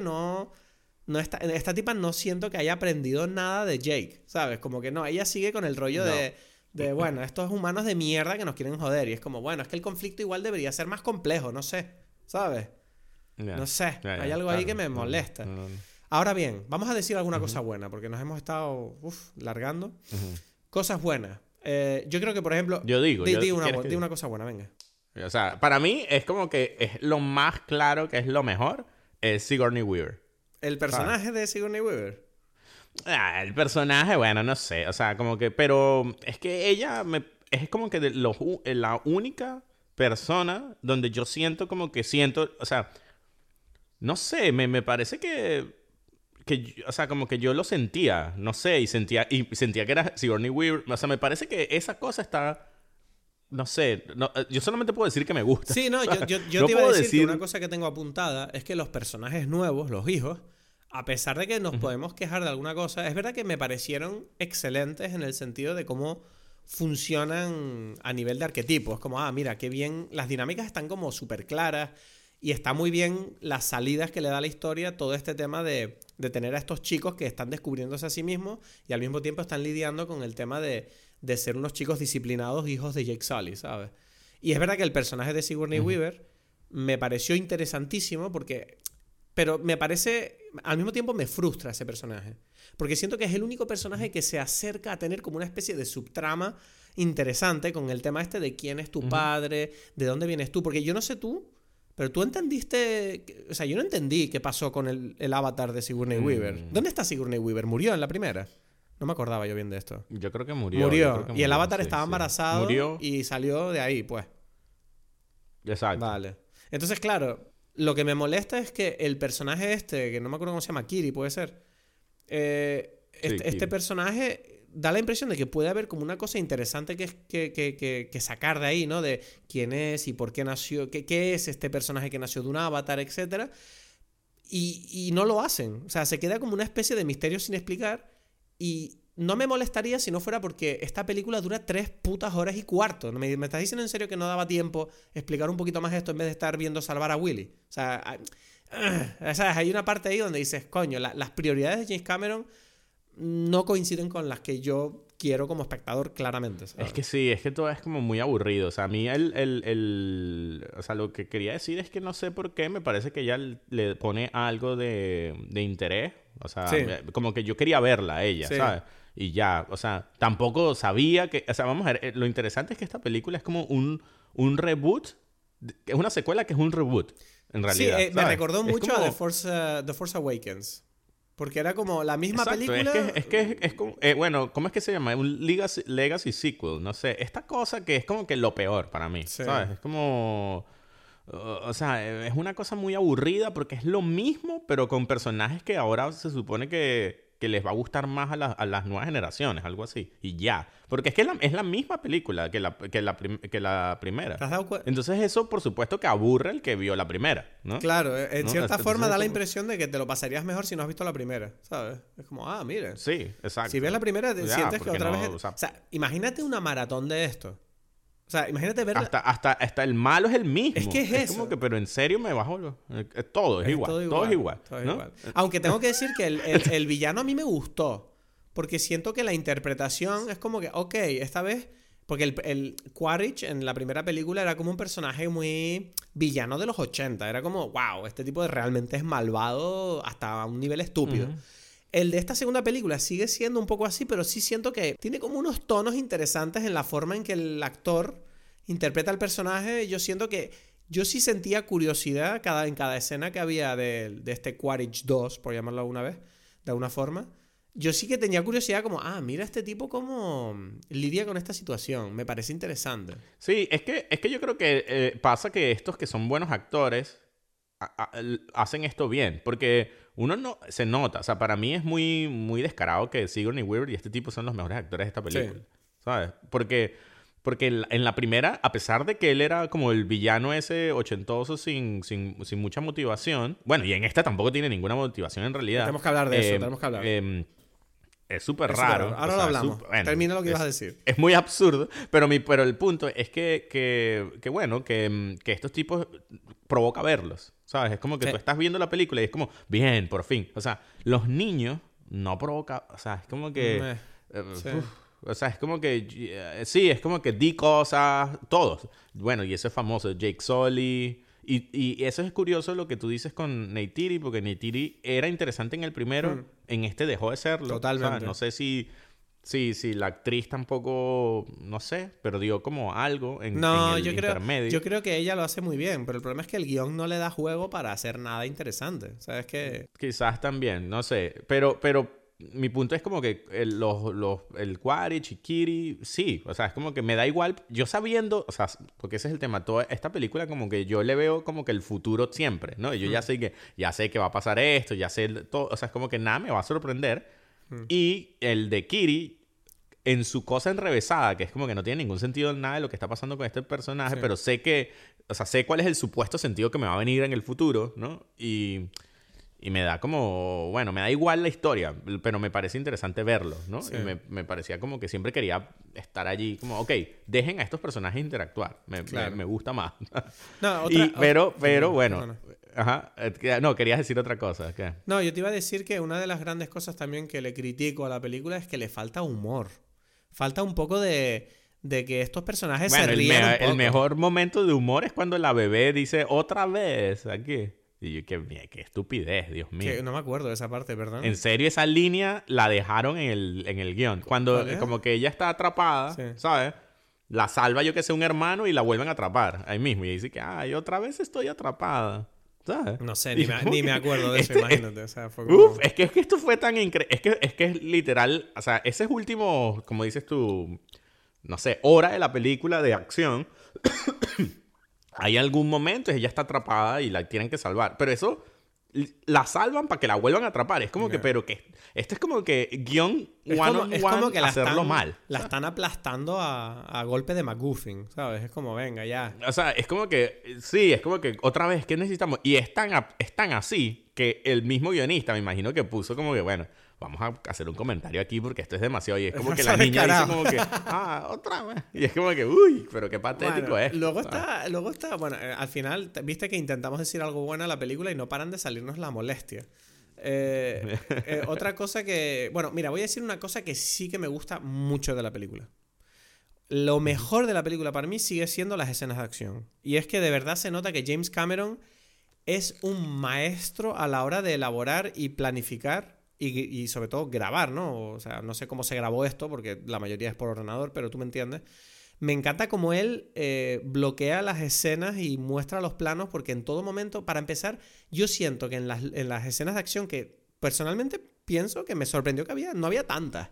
esta tipa no siento que haya aprendido nada de Jake, ¿sabes? Como que no, ella sigue con el rollo de bueno, estos humanos de mierda que nos quieren joder. Y es como, bueno, es que el conflicto igual debería ser más complejo, no sé, ¿sabes? No sé, hay algo ahí que me molesta. Ahora bien, vamos a decir alguna cosa buena, porque nos hemos estado largando. Cosas buenas. Yo creo que, por ejemplo... Di una cosa buena, venga. O sea, para mí es como que es lo más claro que es lo mejor, es Sigourney Weaver. ¿El ¿sabes? personaje de Sigourney Weaver? El personaje, bueno, no sé, o sea, como que, pero es que es como que la única persona donde yo siento como que siento, o sea, no sé, me parece o sea, como que yo lo sentía, no sé, y sentía que era Sigourney Weaver, o sea, me parece que esa cosa está, no sé, yo solamente puedo decir que me gusta. Sí, no, yo No te iba a puedo decir que una decir... cosa que tengo apuntada es que los personajes nuevos, los hijos, a pesar de que nos Ujú, podemos quejar de alguna cosa, es verdad que me parecieron excelentes en el sentido de cómo funcionan a nivel de arquetipo. Es como, mira, qué bien, las dinámicas están como súper claras y está muy bien las salidas que le da la historia, todo este tema de tener a estos chicos que están descubriéndose a sí mismos y al mismo tiempo están lidiando con el tema de ser unos chicos disciplinados, hijos de Jake Sully, ¿sabes? Y es verdad que el personaje de Sigourney ujú. Weaver me pareció interesantísimo porque... Pero me parece... Al mismo tiempo me frustra ese personaje. Porque siento que es el único personaje que se acerca a tener como una especie de subtrama interesante con el tema este de quién es tu Ujú. padre, de dónde vienes tú. Porque yo no sé tú, pero tú entendiste... O sea, yo no entendí qué pasó con el avatar de Sigourney Weaver. Mm, ¿Dónde está Sigourney Weaver? ¿Murió en la primera? No me acordaba yo bien de esto. yo creo Murió. que Y el murió, avatar sí, estaba sí. embarazado Murió, y salió de ahí, pues. exacto. Vale. Entonces, claro, lo que me molesta es que el personaje este, que no me acuerdo cómo se llama, Kiri, puede ser. Sí, Este Kiri. personaje da la impresión de que puede haber como una cosa interesante que sacar de ahí, ¿no? De quién es y por qué nació, qué es este personaje que nació de un avatar, etcétera. Y no lo hacen. O sea, se queda como una especie de misterio sin explicar. Y no me molestaría si no fuera porque esta película dura 3 putas horas y cuarto. ¿Me estás diciendo en serio que no daba tiempo explicar un poquito más esto en vez de estar viendo salvar a Willy? O sea, ¿sabes? Hay una parte ahí donde dices, coño, las prioridades de James Cameron no coinciden con las que yo quiero como espectador, claramente, Es ¿sabes? que sí, es que todo es como muy aburrido. O sea, a mí o sea, lo que quería decir es que no sé por qué me parece que ella le pone algo de interés. O sea, Sí, como que yo quería verla a ella, sí. ¿sabes? Y ya, o sea, tampoco sabía que... O sea, vamos a ver, lo interesante es que esta película es como un reboot. Es una secuela que es un reboot, en Sí, realidad, me ¿sabes? recordó Es mucho a como... The Force Awakens. Porque era como la misma Exacto, es película. que es como, bueno, ¿cómo es que se llama? Un Legacy sequel, no sé. Esta cosa que es como que lo peor para mí, Sí. ¿sabes? Es como, o sea, es una cosa muy aburrida porque es lo mismo, pero con personajes que ahora se supone que les va a gustar más a las nuevas generaciones, algo así. Y ya. Porque es que es la misma película que la primera. ¿Te has dado cuenta? Entonces eso, por supuesto, que aburre el que vio la primera, ¿no? Claro, en ¿No? cierta Entonces forma es da la como... impresión de que te lo pasarías mejor si no has visto la primera, ¿sabes? Es como, mire. Sí, Si ves exacto. la primera, te Ya, sientes que porque otra vez. no, o O sea, sea, imagínate una maratón de esto. O sea, imagínate verla. hasta el malo es el Es que mismo. es Es como eso. que, pero en serio me bajo. Todo es Es igual. todo Todo es igual. igual. Todo ¿No? igual. Aunque tengo que decir que el villano a mí me gustó. Porque siento que la interpretación es como que, ok, esta vez. Porque el Quaritch en la primera película era como un personaje muy villano de los 80. Era como, wow, este tipo realmente es malvado hasta un nivel estúpido. Ujú. El de esta segunda película sigue siendo un poco así, pero sí siento que tiene como unos tonos interesantes en la forma en que el actor interpreta al personaje. Yo siento que yo sí sentía curiosidad en cada escena que había de este Quaritch 2, por llamarlo de alguna forma. Yo sí que tenía curiosidad como, mira este tipo cómo lidia con esta situación. Me parece interesante. Sí, es que yo creo que pasa que estos que son buenos actores hacen esto bien. Porque uno no se nota. O sea, para mí es muy, muy descarado que Sigourney Weaver y este tipo son los mejores actores de esta Sí. película. ¿Sabes? Porque en la primera, a pesar de que él era como el villano ese ochentoso sin mucha motivación, bueno, y en esta tampoco tiene ninguna motivación en realidad. Tenemos que hablar de eso, tenemos que hablar. Es súper Es súper raro. raro. Ahora O lo sea, hablamos. bueno, Termina lo que ibas a decir. es muy absurdo, pero el punto es que bueno, que estos tipos provoca verlos, ¿sabes? Es como que Sí. tú estás viendo la película y es como, bien, por fin. O sea, los niños no provoca, o sea, es como que... Sí. o sea, es como que... sí, es como que di cosas, todos. Bueno, y eso es famoso, Jake Sully. Y eso es curioso lo que tú dices con Neytiri, porque Neytiri era interesante en el primero, en este dejó de serlo. Totalmente. ¿Sabes? No sé si... Sí, sí, la actriz tampoco, no sé, perdió como algo en No, el intermedio. yo creo que ella lo hace muy bien, pero el problema es que el guión no le da juego para hacer nada interesante. ¿Sabes qué? Quizás también, no sé. Pero mi punto es como que el Quaritch y Kiri, sí. O sea, es como que me da igual. Yo sabiendo, o sea, porque ese es el tema. Toda esta película como que yo le veo como que el futuro siempre, ¿no? Y yo ya sé que va a pasar esto, ya sé todo. O sea, es como que nada me va a sorprender. Y el de Kiri, en su cosa enrevesada, que es como que no tiene ningún sentido nada de lo que está pasando con este personaje, Sí. pero sé que, o sea, sé cuál es el supuesto sentido que me va a venir en el futuro, ¿no? Y me da como, bueno, me da igual la historia, pero me parece interesante verlo, ¿no? Sí. Y me parecía como que siempre quería estar allí, como, ok, dejen a estos personajes interactuar, Claro. me gusta más. No, Pero bueno, perdona. ajá, no, querías decir otra cosa, ¿qué? No, yo te iba a decir que una de las grandes cosas también que le critico a la película es que le falta humor. Falta un poco de que estos personajes se Bueno, rían un poco. el mejor momento de humor es cuando la bebé dice, otra vez, aquí. Y yo, qué estupidez, Dios mío. Que no me acuerdo de esa parte, perdón. En serio, esa línea la dejaron en el guión. Cuando ¿Cuál es? como que ella está atrapada, Sí. ¿sabes? La salva yo que sé un hermano y la vuelven a atrapar ahí mismo. Y dice que, ay, otra vez estoy atrapada. ¿Sabes? No sé, Y ni me acuerdo de eso, este- imagínate. O sea, fue como... Uf, es que esto fue tan increíble. Es que es literal, o sea, ese es último, como dices tú, no sé, hora de la película de acción. Hay algún momento, ella está atrapada y la tienen que salvar. Pero eso la salvan para que la vuelvan a atrapar. Es como que, Ya. pero que esto es como que guión Es one como, on es one como que hacerlo mal. la están aplastando a golpe de McGuffin, ¿sabes? Es como, venga, ya. O sea, es como que, sí, es como que otra vez, ¿qué necesitamos? Y es tan así que el mismo guionista, me imagino que puso como que, bueno, vamos a hacer un comentario aquí porque esto es demasiado. Y es como que la niña dice como que, otra vez. Y es como que, uy, pero qué patético Bueno, es. luego está, bueno, al final, viste que intentamos decir algo bueno a la película y no paran de salirnos la molestia. Otra cosa que, bueno, mira, voy a decir una cosa que sí que me gusta mucho de la película. Lo mejor de la película para mí sigue siendo las escenas de acción. Y es que de verdad se nota que James Cameron es un maestro a la hora de elaborar y planificar y sobre todo grabar, ¿no? O sea, no sé cómo se grabó esto porque la mayoría es por ordenador, pero tú me entiendes. Me encanta cómo él bloquea las escenas y muestra los planos porque en todo momento, para empezar, yo siento que en las escenas de acción que personalmente pienso que me sorprendió que no había tantas.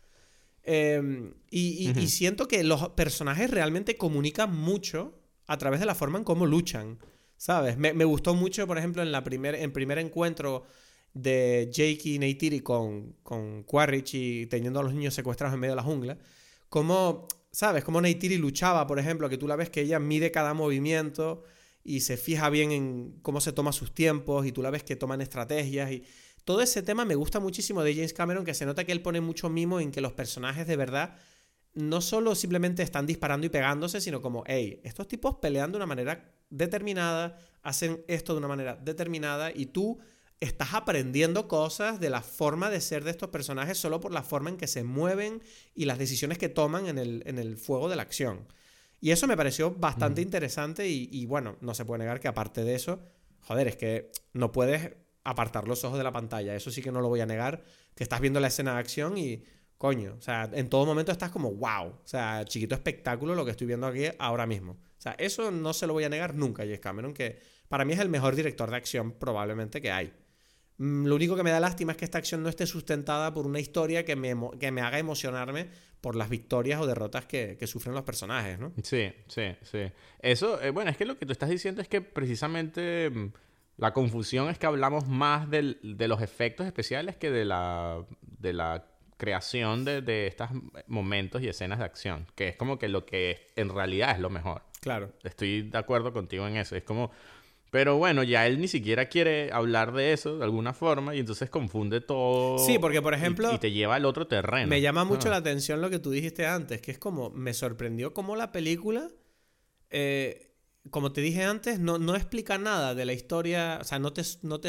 Y siento que los personajes realmente comunican mucho a través de la forma en cómo luchan, ¿sabes? Me gustó mucho, por ejemplo, en primer encuentro de Jake y Neytiri con Quaritch y teniendo a los niños secuestrados en medio de la jungla, cómo, ¿sabes? Cómo Neytiri luchaba, por ejemplo, que tú la ves que ella mide cada movimiento y se fija bien en cómo se toma sus tiempos y tú la ves que toman estrategias y todo ese tema me gusta muchísimo de James Cameron, que se nota que él pone mucho mimo en que los personajes de verdad no solo simplemente están disparando y pegándose, sino como, hey, estos tipos pelean de una manera determinada, hacen esto de una manera determinada y tú estás aprendiendo cosas de la forma de ser de estos personajes solo por la forma en que se mueven y las decisiones que toman en el fuego de la acción. Y eso me pareció bastante interesante y bueno, no se puede negar que aparte de eso, joder, es que no puedes apartar los ojos de la pantalla. Eso sí que no lo voy a negar, que estás viendo la escena de acción y, coño, o sea, en todo momento estás como, wow, o sea, chiquito espectáculo lo que estoy viendo aquí ahora mismo. O sea, eso no se lo voy a negar nunca a James Cameron, que para mí es el mejor director de acción probablemente que hay. Lo único que me da lástima es que esta acción no esté sustentada por una historia que me haga emocionarme por las victorias o derrotas que sufren los personajes, ¿no? Sí. Eso, bueno, es que lo que tú estás diciendo es que precisamente la confusión es que hablamos más de los efectos especiales que de la creación de estos momentos y escenas de acción, que es como que lo que en realidad es lo mejor. Claro. Estoy de acuerdo contigo en eso. Es como... Pero bueno, ya él ni siquiera quiere hablar de eso de alguna forma y entonces confunde todo. Sí, porque por ejemplo... Y te lleva al otro terreno. Me llama mucho la atención lo que tú dijiste antes, que es como... Me sorprendió cómo la película... como te dije antes, no explica nada de la historia, o sea, no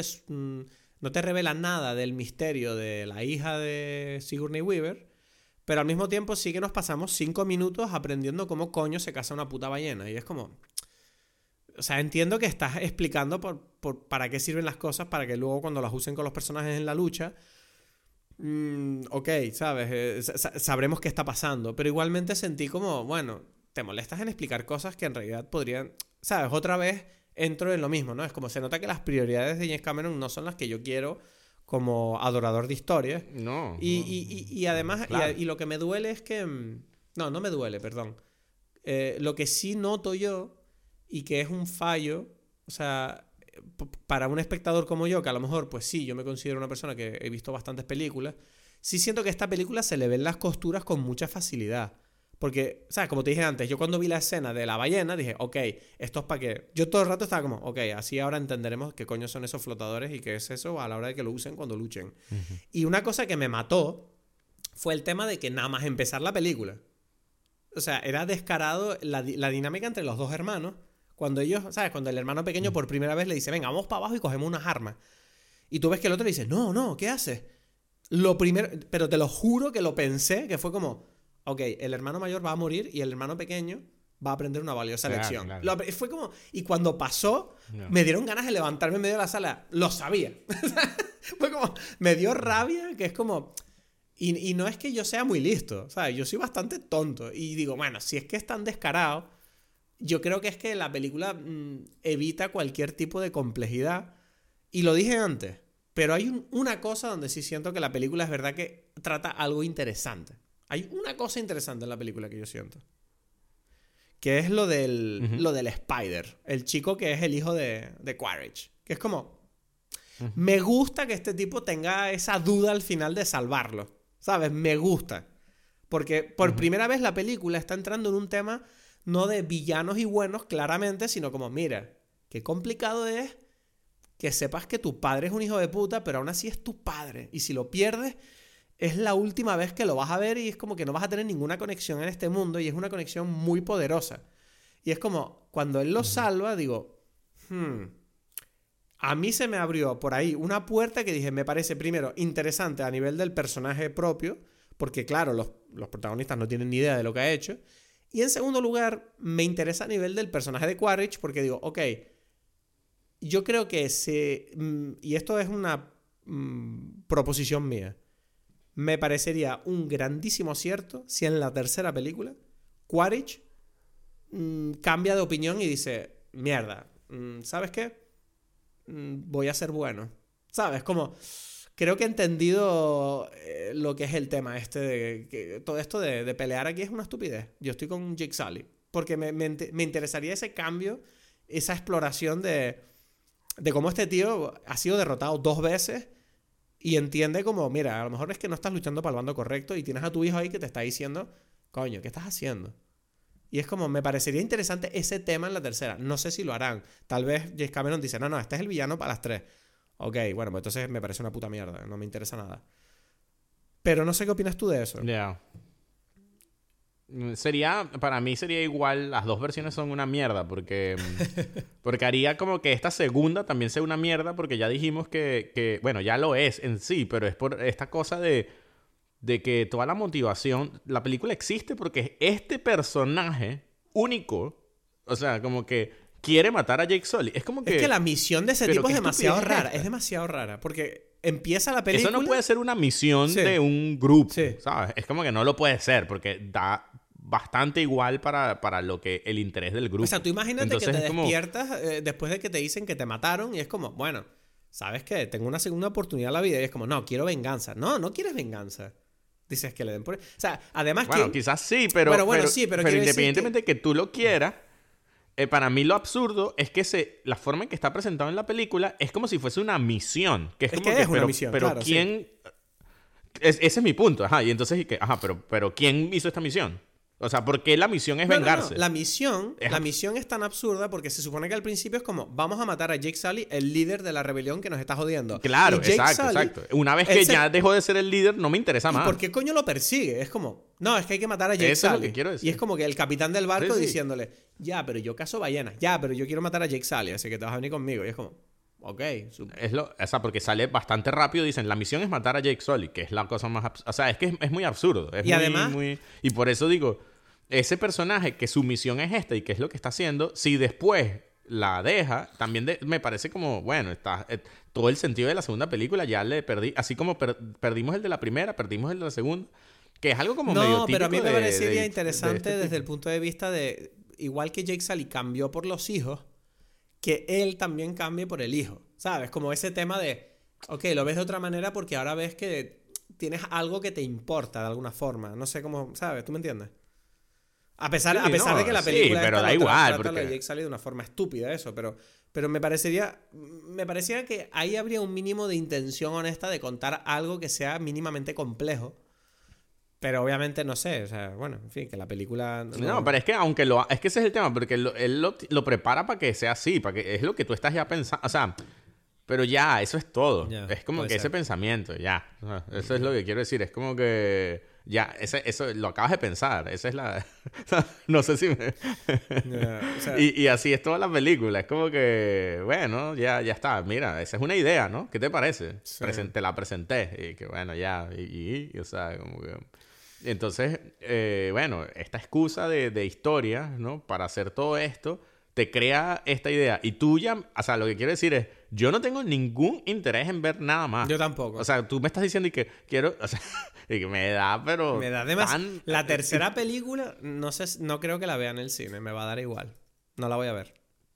te revela nada del misterio de la hija de Sigourney Weaver, pero al mismo tiempo sí que nos pasamos 5 minutos aprendiendo cómo coño se casa una puta ballena. Y es como... O sea, entiendo que estás explicando para qué sirven las cosas, para que luego cuando las usen con los personajes en la lucha, ok, ¿sabes? Sabremos qué está pasando. Pero igualmente sentí como, bueno, te molestas en explicar cosas que en realidad podrían... ¿Sabes? Otra vez entro en lo mismo, ¿no? Es como se nota que las prioridades de James Cameron no son las que yo quiero como adorador de historias. No. Y además, claro. y lo que me duele es que... No me duele, perdón. Lo que sí noto yo, y que es un fallo, o sea, para un espectador como yo, que a lo mejor, pues sí, yo me considero una persona que he visto bastantes películas, sí siento que a esta película se le ven las costuras con mucha facilidad. Porque, ¿sabes? Como te dije antes, yo cuando vi la escena de la ballena dije, ok, esto es para qué. Yo todo el rato estaba como, ok, así ahora entenderemos qué coño son esos flotadores y qué es eso a la hora de que lo usen cuando luchen. Uh-huh. Y una cosa que me mató fue el tema de que nada más empezar la película, o sea, era descarado la dinámica entre los dos hermanos. Cuando ellos, ¿sabes? Cuando el hermano pequeño por primera vez le dice, venga, vamos para abajo y cogemos unas armas. Y tú ves que el otro le dice, no, ¿qué haces? Lo primero, pero te lo juro que lo pensé, que fue como, ok, el hermano mayor va a morir y el hermano pequeño va a aprender una valiosa lección. Claro. Fue como, y cuando pasó, me dieron ganas de levantarme en medio de la sala. Lo sabía. Fue como, me dio rabia, que es como... Y no es que yo sea muy listo, ¿sabes? Yo soy bastante tonto. Y digo, bueno, si es que es tan descarado, yo creo que es que la película evita cualquier tipo de complejidad. Y lo dije antes, pero hay una cosa donde sí siento que la película es verdad que trata algo interesante. Hay una cosa interesante en la película que yo siento. Que es lo del Spider. El chico que es el hijo de Quaritch. Que es como... Me gusta que este tipo tenga esa duda al final de salvarlo. ¿Sabes? Me gusta. Porque por primera vez la película está entrando en un tema no de villanos y buenos, claramente, sino como, mira, qué complicado es que sepas que tu padre es un hijo de puta, pero aún así es tu padre. Y si lo pierdes, es la última vez que lo vas a ver y es como que no vas a tener ninguna conexión en este mundo y es una conexión muy poderosa. Y es como, cuando él lo salva, digo, a mí se me abrió por ahí una puerta que dije, me parece primero interesante a nivel del personaje propio, porque claro, los protagonistas no tienen ni idea de lo que ha hecho. Y en segundo lugar, me interesa a nivel del personaje de Quaritch, porque digo, ok, yo creo que y esto es una proposición mía, me parecería un grandísimo acierto si en la tercera película Quaritch cambia de opinión y dice, mierda, ¿sabes qué? Voy a ser bueno. ¿Sabes? Como... Creo que he entendido lo que es el tema este de... Que todo esto de pelear aquí es una estupidez. Yo estoy con Jake Sully. Porque me interesaría ese cambio, esa exploración de cómo este tío ha sido derrotado 2 veces y entiende como, mira, a lo mejor es que no estás luchando para el bando correcto y tienes a tu hijo ahí que te está diciendo, coño, ¿qué estás haciendo? Y es como, me parecería interesante ese tema en la tercera. No sé si lo harán. Tal vez James Cameron dice, no, este es el villano para las 3. Ok, bueno, pues entonces me parece una puta mierda. No me interesa nada. Pero no sé qué opinas tú de eso. Ya. Para mí sería igual, las dos versiones son una mierda, porque haría como que esta segunda también sea una mierda, porque ya dijimos que bueno, ya lo es en sí, pero es por esta cosa de que toda la motivación, la película existe porque este personaje único, o sea, como que quiere matar a Jake Sully. Es como que... Es que la misión de ese tipo es demasiado rara. Es demasiado rara. Porque empieza la película... Eso no puede ser una misión de un grupo, ¿sabes? Es como que no lo puede ser porque da bastante igual para lo que el interés del grupo. O sea, tú imagínate entonces, que te despiertas después de que te dicen que te mataron y es como, bueno, ¿sabes qué? Tengo una segunda oportunidad en la vida y es como, no, quiero venganza. No quieres venganza. Dices que le den por... O sea, además bueno, quizás sí, pero independientemente de que tú lo quieras, para mí lo absurdo es que la forma en que está presentado en la película es como si fuese una misión. Que es como que, una misión, pero claro, ¿quién...? Sí. Ese es mi punto, ajá. Y entonces, pero ¿quién hizo esta misión? O sea, ¿por qué la misión es vengarse? No. La misión es tan absurda porque se supone que al principio es como, vamos a matar a Jake Sully, el líder de la rebelión que nos está jodiendo. Claro, exacto. Una vez que ya dejó de ser el líder, no me interesa más. ¿Y por qué coño lo persigue? Es como, no, es que hay que matar a Jake Sully. Es lo que quiero decir. Y es como que el capitán del barco diciéndole, ya, pero yo cazo ballenas. Ya, pero yo quiero matar a Jake Sully, así que te vas a venir conmigo. Y es como... Ok. O sea, porque sale bastante rápido. Dicen, la misión es matar a Jake Sully, que es la cosa más... O sea, es que es muy absurdo. Y además... Y por eso digo, ese personaje que su misión es esta y que es lo que está haciendo, si después la deja, también me parece como, bueno, todo el sentido de la segunda película ya le perdí, así como perdimos el de la primera, perdimos el de la segunda, que es algo como medio típico pero a mí me parecería de interesante este desde tipo. el punto de vista de, igual que Jake Sully cambió por los hijos, que él también cambie por el hijo, ¿sabes? Como ese tema de, ok, lo ves de otra manera porque ahora ves que tienes algo que te importa de alguna forma, no sé cómo, ¿sabes? ¿Tú me entiendes? A pesar Sí, de que no, la sí, película pero esta da lo igual, trata lo de porque... Jake Sully de una forma estúpida eso, pero me parecía que ahí habría un mínimo de intención honesta de contar algo que sea mínimamente complejo. Pero obviamente no sé, o sea, bueno, en fin, que la película No, no... pero es que aunque es que ese es el tema, porque él lo prepara para que sea así, para que es lo que tú estás ya pensando, o sea, pero ya, eso es todo. Ya, Es como puede que ese ser. pensamiento, ya. O sea, eso es lo Ya, que quiero decir, es como que ya, eso lo acabas de pensar, esa es la... no sé si me... ya, o sea, y así es toda la película, es como que, bueno, ya está, mira, esa es una idea, ¿no? ¿Qué te parece? sí. Te la presenté y que bueno, ya, o sea, como que... Entonces, bueno, esta excusa de historia, ¿no? Para hacer todo esto, te crea esta idea. Y tú ya, o sea, lo que quiero decir es, yo no tengo ningún interés en ver nada más. Yo O tampoco. sea, tú me estás diciendo y que quiero, o sea, y que me da, Me pero da demasiado... tan... La tercera película, no sé, no creo que la vea en el cine, me va a dar igual. No la voy a ver.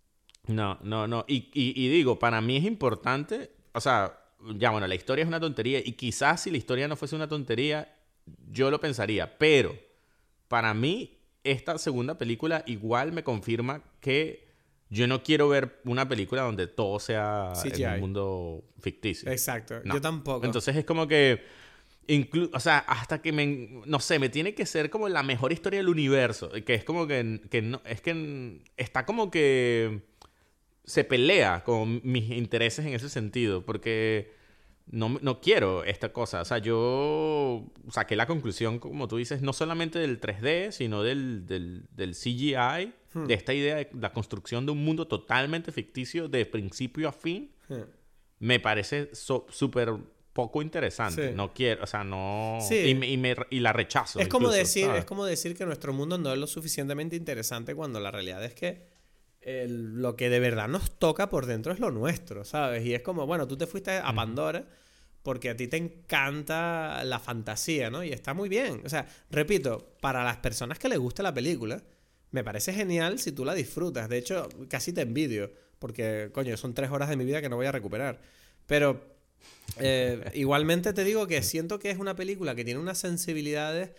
No. Y digo, para mí es importante, o sea, ya bueno, la historia es una tontería y quizás si la historia no fuese una tontería, yo lo pensaría, pero para mí esta segunda película igual me confirma que yo no quiero ver una película donde todo sea en un CGI. mundo ficticio. Exacto, No. yo tampoco. Entonces es como que o sea, hasta que no sé, me tiene que ser como la mejor historia del universo, que es como que no, es que está como que se pelea con mis intereses en ese sentido, porque no quiero esta cosa. O sea, yo saqué la conclusión, como tú dices, no solamente del 3D, sino del CGI, de esta idea de la construcción de un mundo totalmente ficticio de principio a fin, me parece súper poco interesante. Sí. No quiero, o sea, no... Sí. Y la rechazo Es como incluso, decir, es ¿sabes? como decir que nuestro mundo no es lo suficientemente interesante cuando la realidad es que lo que de verdad nos toca por dentro es lo nuestro, ¿sabes? Y es como, bueno, tú te fuiste a Ujú. Pandora porque a ti te encanta la fantasía, ¿no? Y está muy bien. O sea, repito, para las personas que les gusta la película, me parece genial si tú la disfrutas. De hecho, casi te envidio, porque, coño, son 3 horas de mi vida que no voy a recuperar. Pero igualmente te digo que siento que es una película que tiene unas sensibilidades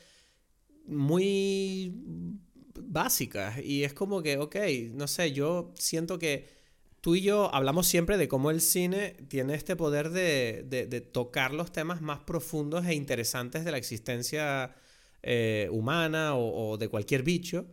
muy básicas y es como que, ok, no sé, yo siento que tú y yo hablamos siempre de cómo el cine tiene este poder de tocar los temas más profundos e interesantes de la existencia humana o de cualquier bicho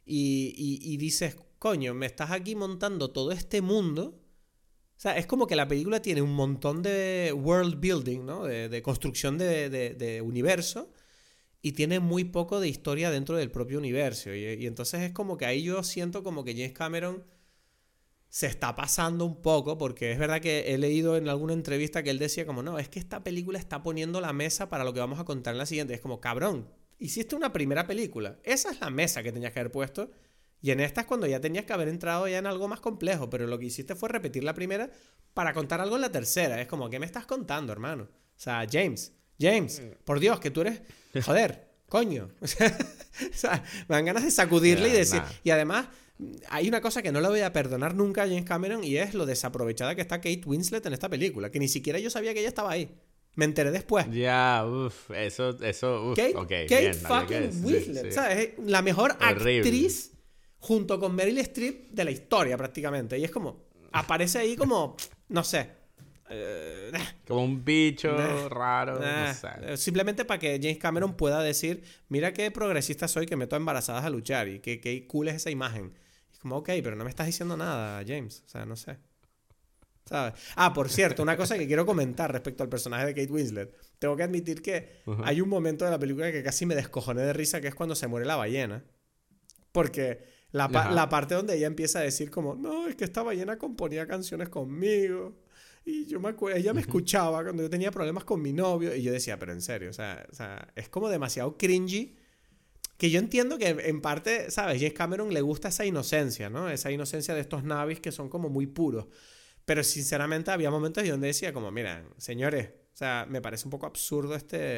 y dices, coño, me estás aquí montando todo este mundo. O sea, es como que la película tiene un montón de world building, ¿no? De construcción de universo y tiene muy poco de historia dentro del propio universo. Y entonces es como que ahí yo siento como que James Cameron se está pasando un poco, porque es verdad que he leído en alguna entrevista que él decía como, no, es que esta película está poniendo la mesa para lo que vamos a contar en la siguiente. Es como, cabrón, hiciste una primera película. Esa es la mesa que tenías que haber puesto. Y en esta es cuando ya tenías que haber entrado ya en algo más complejo, pero lo que hiciste fue repetir la primera para contar algo en la tercera. Es como, ¿qué me estás contando, hermano? O sea, James, por Dios, que tú eres... Joder, coño. O sea, me dan ganas de sacudirle y Ya, decir... nada. Y además, hay una cosa que no le voy a perdonar nunca a James Cameron y es lo desaprovechada que está Kate Winslet en esta película, que ni siquiera yo sabía que ella estaba ahí. Me enteré después. Ya, Kate, ok, Kate bien, había que fucking decir, Winslet, sí. ¿sabes? Es la mejor Horrible. actriz junto con Meryl Streep de la historia prácticamente. Y es como, aparece ahí como, no sé. Eh, Como un bicho nah, raro, no nah. sé. Simplemente para que James Cameron pueda decir, mira qué progresista soy que meto a embarazadas a luchar y qué cool es esa imagen. Es como, ok, pero no me estás diciendo nada, James. O sea, no sé. ¿Sabes? Ah, por cierto, una cosa que quiero comentar respecto al personaje de Kate Winslet. Tengo que admitir que Ujú. hay un momento de la película que casi me descojoné de risa, que es cuando se muere la ballena. Porque la Ajá. parte donde ella empieza a decir como, no, es que esta ballena componía canciones conmigo. Y yo me acuerdo, ella me Ujú. escuchaba cuando yo tenía problemas con mi novio. Y yo decía, pero en serio, o sea, es como demasiado cringy Que yo entiendo que en parte, ¿sabes? James Cameron le gusta esa inocencia, ¿no? Esa inocencia de estos navis que son como muy puros. Pero sinceramente había momentos donde decía como, mira, señores, o sea, me parece un poco absurdo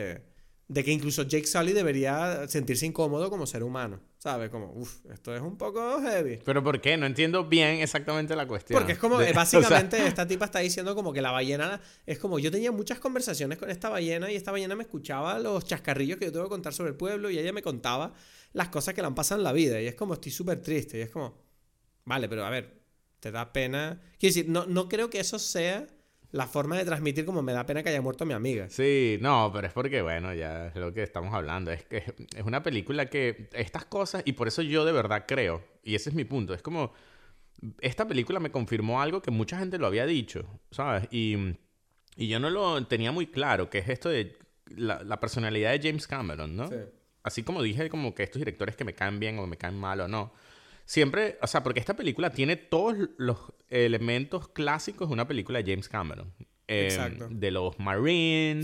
de que incluso Jake Sully debería sentirse incómodo como ser humano, ¿sabes? Como, esto es un poco heavy. ¿Pero por qué? No entiendo bien exactamente la cuestión. Porque es como, básicamente, o sea, esta tipa está diciendo como que la ballena... Es como, yo tenía muchas conversaciones con esta ballena y esta ballena me escuchaba los chascarrillos que yo tengo que contar sobre el pueblo y ella me contaba las cosas que le han pasado en la vida. Y es como, estoy súper triste. Y es como, vale, pero a ver, te da pena... Quiero decir, no creo que eso sea... la forma de transmitir como me da pena que haya muerto mi amiga. Sí, no, pero es porque, bueno, ya es lo que estamos hablando. Es que es una película que estas cosas, y por eso yo de verdad creo, y ese es mi punto, es como, esta película me confirmó algo que mucha gente lo había dicho, ¿sabes? Y yo no lo tenía muy claro, que es esto de la personalidad de James Cameron, ¿no? Sí. Así como dije, como que estos directores que me caen bien o me caen mal o no. Siempre, o sea, porque esta película tiene todos los elementos clásicos de una película de James Cameron. Exacto. De los Marines,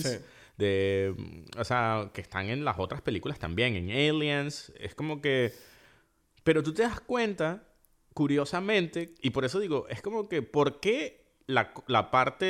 sí. O sea, que están en las otras películas también, en Aliens. Es como que... Pero tú te das cuenta, curiosamente, y por eso digo, es como que, ¿por qué la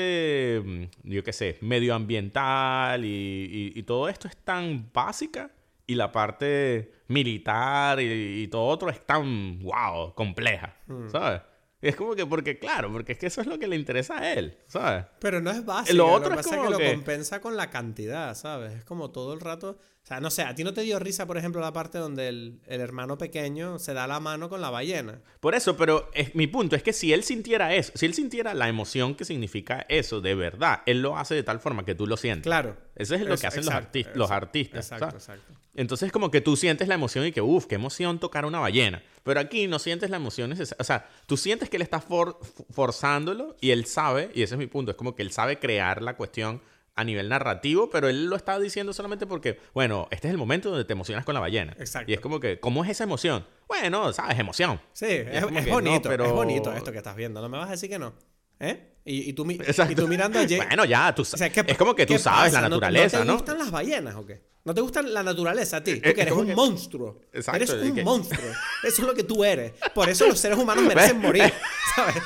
parte, yo qué sé, medioambiental y todo esto es tan básica? Y la parte militar y todo otro es tan, wow, compleja, ¿sabes? Es como que, porque es que eso es lo que le interesa a él, ¿sabes? Pero no es básico. Lo otro es como que lo compensa con la cantidad, ¿sabes? Es como todo el rato... O sea, no sé, ¿a ti no te dio risa, por ejemplo, la parte donde el hermano pequeño se da la mano con la ballena? Por eso, pero mi punto es que si él sintiera eso, si él sintiera la emoción que significa eso de verdad, él lo hace de tal forma que tú lo sientes. Claro. Eso es lo que hacen los artistas. Exacto, exacto. Entonces es como que tú sientes la emoción y que, qué emoción tocar una ballena. Pero aquí no sientes la emoción necesaria. O sea, tú sientes que él está forzándolo y él sabe, y ese es mi punto, es como que él sabe crear la cuestión a nivel narrativo, pero él lo está diciendo solamente porque, bueno, este es el momento donde te emocionas con la ballena. Exacto. Y es como que, ¿cómo es esa emoción? Bueno, sabes, emoción. Sí, es bonito, no, pero... es bonito esto que estás viendo. No me vas a decir que no. ¿Eh? Y tú mirando a Jake... Bueno, ya, tú sabes. O sea, es como que tú sabes la naturaleza, ¿no? ¿No te gustan las ballenas o qué? ¿No te gusta la naturaleza a ti? Tú que eres un monstruo. Exacto. Eres un monstruo. Eso es lo que tú eres. Por eso los seres humanos merecen morir. ¿Sabes?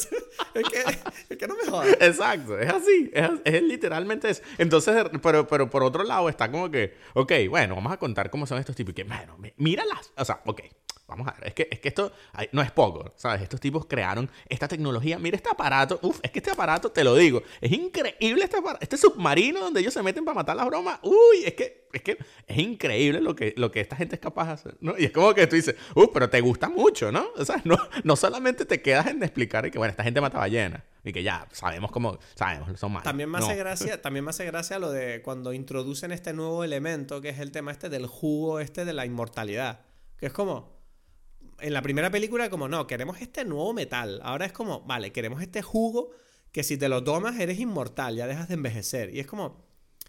Es que no me jodas. Exacto. Es así. Es literalmente eso. Entonces, pero por otro lado está como que... Ok, bueno, vamos a contar cómo son estos tipos. Y que, bueno, míralas. O sea, ok. Vamos a ver, es que esto no es poco, ¿sabes? Estos tipos crearon esta tecnología. Mira este aparato. Es que este aparato, te lo digo, es increíble este submarino donde ellos se meten para matar las bromas. Es que es increíble lo que esta gente es capaz de hacer, ¿no? Y es como que tú dices, pero te gusta mucho, ¿no? O sea, no solamente te quedas en explicar que, bueno, esta gente mata ballenas. Y que ya sabemos, son malos. También me hace gracia lo de cuando introducen este nuevo elemento, que es el tema del jugo de la inmortalidad. Que es como... En la primera película, como, no, queremos este nuevo metal. Ahora es como, vale, queremos este jugo que si te lo tomas eres inmortal, ya dejas de envejecer. Y es como...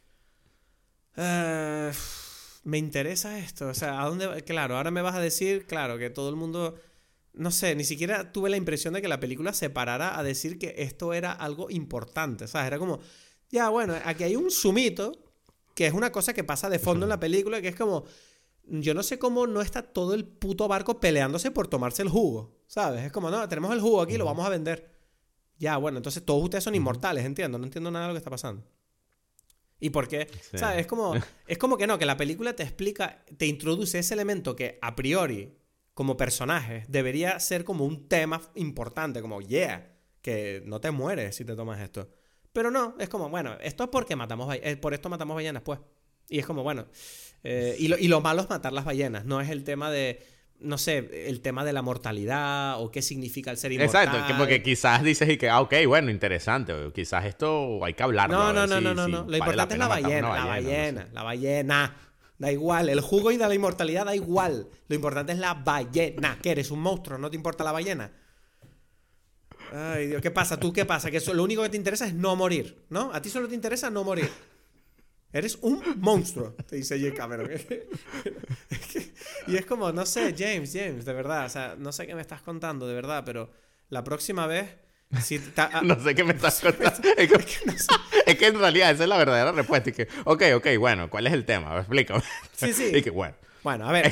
me interesa esto. O sea, ¿a dónde...? Claro, ahora me vas a decir, claro, que todo el mundo... No sé, ni siquiera tuve la impresión de que la película se parara a decir que esto era algo importante. O sea, era como... Ya, bueno, aquí hay un sumito, que es una cosa que pasa de fondo en la película, que es como... Yo no sé cómo no está todo el puto barco peleándose por tomarse el jugo, ¿sabes? Es como, no, tenemos el jugo aquí, lo vamos a vender. Ya, bueno, entonces todos ustedes son inmortales, entiendo. No entiendo nada de lo que está pasando. ¿Y por qué? Sí. ¿Sabes? Es como que no, que la película te explica, te introduce ese elemento que a priori, como personaje, debería ser como un tema importante, como, que no te mueres si te tomas esto. Pero no, es como, bueno, esto es porque por esto matamos ballenas, pues. Y es como, bueno... y lo malo es matar las ballenas. No es el tema de... No sé, el tema de la mortalidad o qué significa el ser inmortal. Exacto, porque quizás dices y que, ok, bueno, interesante. Quizás esto hay que hablarlo. No. Lo importante es la ballena. La ballena. Da igual. El jugo y de la inmortalidad da igual. Lo importante es la ballena. ¿Qué eres? ¿Un monstruo? ¿No te importa la ballena? Ay, Dios. ¿Qué pasa? ¿Tú qué pasa? Que lo único que te interesa es no morir, ¿no? A ti solo te interesa no morir. Eres un monstruo, te dice Jake Cameron. Y es como, no sé, James, de verdad. O sea, no sé qué me estás contando, de verdad, pero la próxima vez... no sé qué me estás contando. Es que en realidad esa es la verdadera respuesta. Y que, ok, bueno, ¿cuál es el tema? Explícame. Sí. Y que, bueno, Bueno, a ver.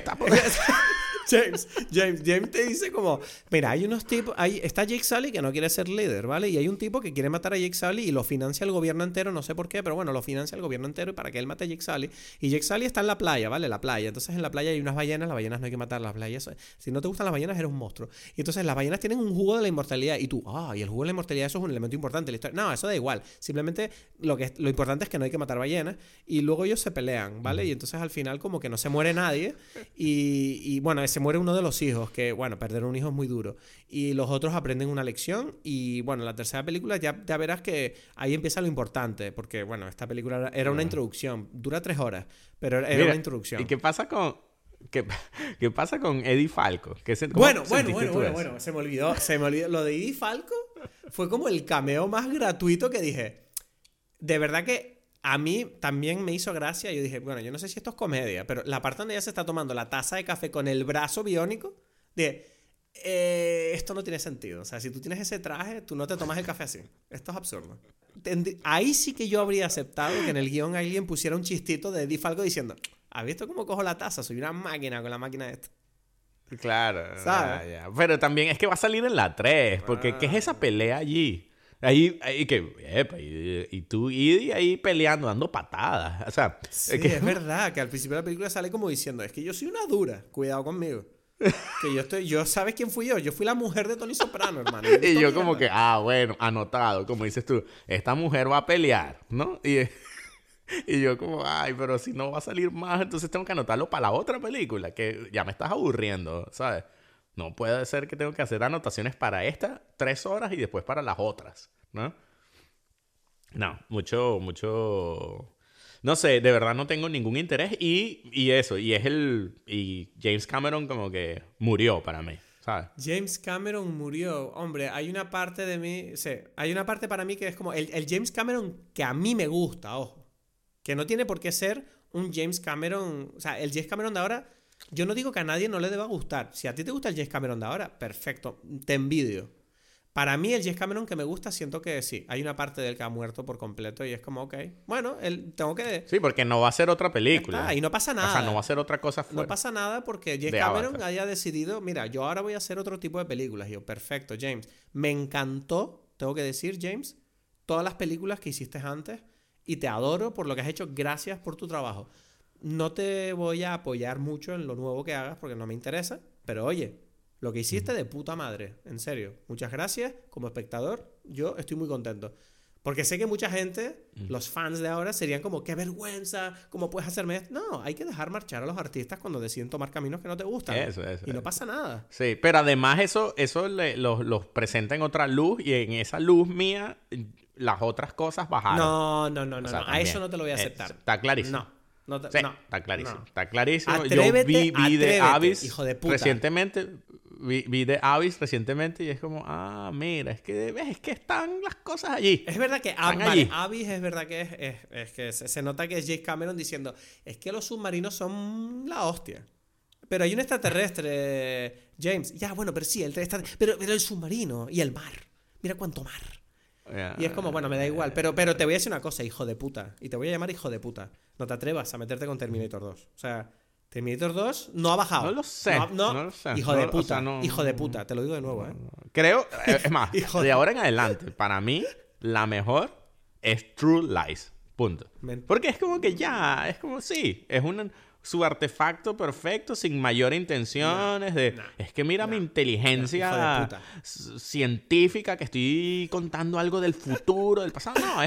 James te dice como, mira, hay unos tipos, está Jake Sully que no quiere ser líder, ¿vale? Y hay un tipo que quiere matar a Jake Sully y lo financia el gobierno entero, no sé por qué, pero bueno, lo financia el gobierno entero para que él mate a Jake Sully. Y Jake Sully está en la playa, ¿vale? La playa. Entonces en la playa hay unas ballenas, las ballenas no hay que matarlas, las ballenas, si no te gustan las ballenas eres un monstruo. Y entonces las ballenas tienen un jugo de la inmortalidad y tú, y el jugo de la inmortalidad eso es un elemento importante en la historia. No, eso da igual. Simplemente lo importante es que no hay que matar ballenas y luego ellos se pelean, ¿vale? Y entonces al final como que no se muere nadie y bueno, se muere uno de los hijos, que bueno, perder un hijo es muy duro. Y los otros aprenden una lección y bueno, la tercera película ya verás que ahí empieza lo importante, porque bueno, esta película era una introducción, dura 3 horas, pero era una introducción. ¿Y qué pasa con Eddie Falco? Bueno, se me olvidó. Lo de Eddie Falco fue como el cameo más gratuito que dije. De verdad que a mí también me hizo gracia. Yo dije, bueno, yo no sé si esto es comedia, pero la parte donde ella se está tomando la taza de café con el brazo biónico, esto no tiene sentido. O sea, si tú tienes ese traje, tú no te tomas el café así. Esto es absurdo. Ahí sí que yo habría aceptado que en el guión alguien pusiera un chistito de Eddie Falco diciendo, ¿has visto cómo cojo la taza? Soy una máquina con la máquina esta. Claro. ¿Sabes? Ya. Pero también es que va a salir en la 3, porque ¿qué es esa pelea allí? Ahí y tú y ahí peleando, dando patadas. O sea, sí, es verdad que al principio de la película sale como diciendo, es que yo soy una dura, cuidado conmigo. Que yo ¿sabes quién fui yo? Yo fui la mujer de Tony Soprano, hermano. Y yo como que, bueno, anotado, como dices tú, esta mujer va a pelear, ¿no? Y yo como, pero si no va a salir más, entonces tengo que anotarlo para la otra película, que ya me estás aburriendo, ¿sabes? No puede ser que tengo que hacer anotaciones para esta 3 horas y después para las otras, ¿no? No, mucho... No sé, de verdad no tengo ningún interés y James Cameron como que murió para mí, ¿sabes? James Cameron murió. Hombre, hay una parte de mí... Sí, hay una parte para mí que es como el James Cameron que a mí me gusta, ojo. Que no tiene por qué ser un James Cameron... O sea, el James Cameron de ahora... Yo no digo que a nadie no le deba gustar. Si a ti te gusta el James Cameron de ahora, perfecto, te envidio. Para mí, el James Cameron que me gusta, siento que sí, hay una parte de él que ha muerto por completo y es como, ok, bueno, tengo que... Sí, porque no va a ser otra película. Y no pasa nada. O sea, no va a ser otra cosa fuera. No pasa nada porque James Cameron haya decidido, mira, yo ahora voy a hacer otro tipo de películas. Y yo, perfecto, James. Me encantó, tengo que decir, James, todas las películas que hiciste antes y te adoro por lo que has hecho. Gracias por tu trabajo. No te voy a apoyar mucho en lo nuevo que hagas porque no me interesa, pero oye, lo que hiciste de puta madre, en serio, muchas gracias. Como espectador, yo estoy muy contento. Porque sé que mucha gente, los fans de ahora, serían como, qué vergüenza, ¿cómo puedes hacerme esto? No, hay que dejar marchar a los artistas cuando deciden tomar caminos que no te gustan. Eso. Y no pasa nada. Sí, pero además eso los presenta en otra luz y en esa luz mía las otras cosas bajaron. No. A eso no te lo voy a aceptar. Está clarísimo. No, está clarísimo. No. Está clarísimo. Atrévete, yo vi The Abyss hijo de puta. Recientemente. Vi The Abyss recientemente y es como, mira, es que están las cosas allí. Es verdad que Abyss es verdad que es que se nota que es James Cameron diciendo, es que los submarinos son la hostia. Pero hay un extraterrestre, James. Ya, bueno, pero sí, pero el submarino y el mar. Mira cuánto mar. Y es como, bueno, me da igual. Pero te voy a decir una cosa, hijo de puta. Y te voy a llamar hijo de puta. No te atrevas a meterte con Terminator 2. O sea, Terminator 2 no ha bajado. No lo sé. No lo sé. Hijo de puta. O sea, hijo de puta. Te lo digo de nuevo, Creo, es más, de ahora en adelante, para mí, la mejor es True Lies. Punto. Porque es como que ya, es como, sí, es su artefacto perfecto, sin mayores intenciones es que mira mi inteligencia científica, que estoy contando algo del futuro, del pasado. No, es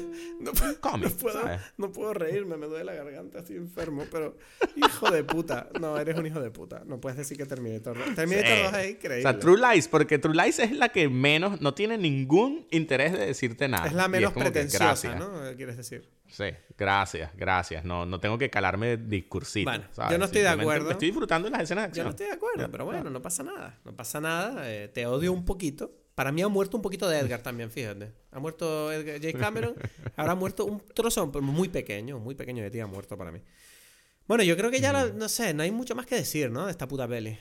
un cómic. No puedo reírme, me duele la garganta, estoy enfermo, pero hijo de puta. No, eres un hijo de puta. No puedes decir que Terminator 2 es increíble. O sea, True Lies, porque True Lies es la que menos, no tiene ningún interés de decirte nada. Es la menos pretenciosa, ¿no? ¿Quieres decir? Sí, gracias. No tengo que calarme discursito. Bueno, ¿sabes? Yo no estoy de acuerdo. Estoy disfrutando de las escenas de acción. Yo no estoy de acuerdo, pero bueno, no pasa nada. No pasa nada. Te odio un poquito. Para mí ha muerto un poquito de Edgar también, fíjate. Ha muerto James Cameron. Ahora ha muerto un trozo muy pequeño de ti ha muerto para mí. Bueno, yo creo que ya, no sé, no hay mucho más que decir, ¿no? De esta puta peli.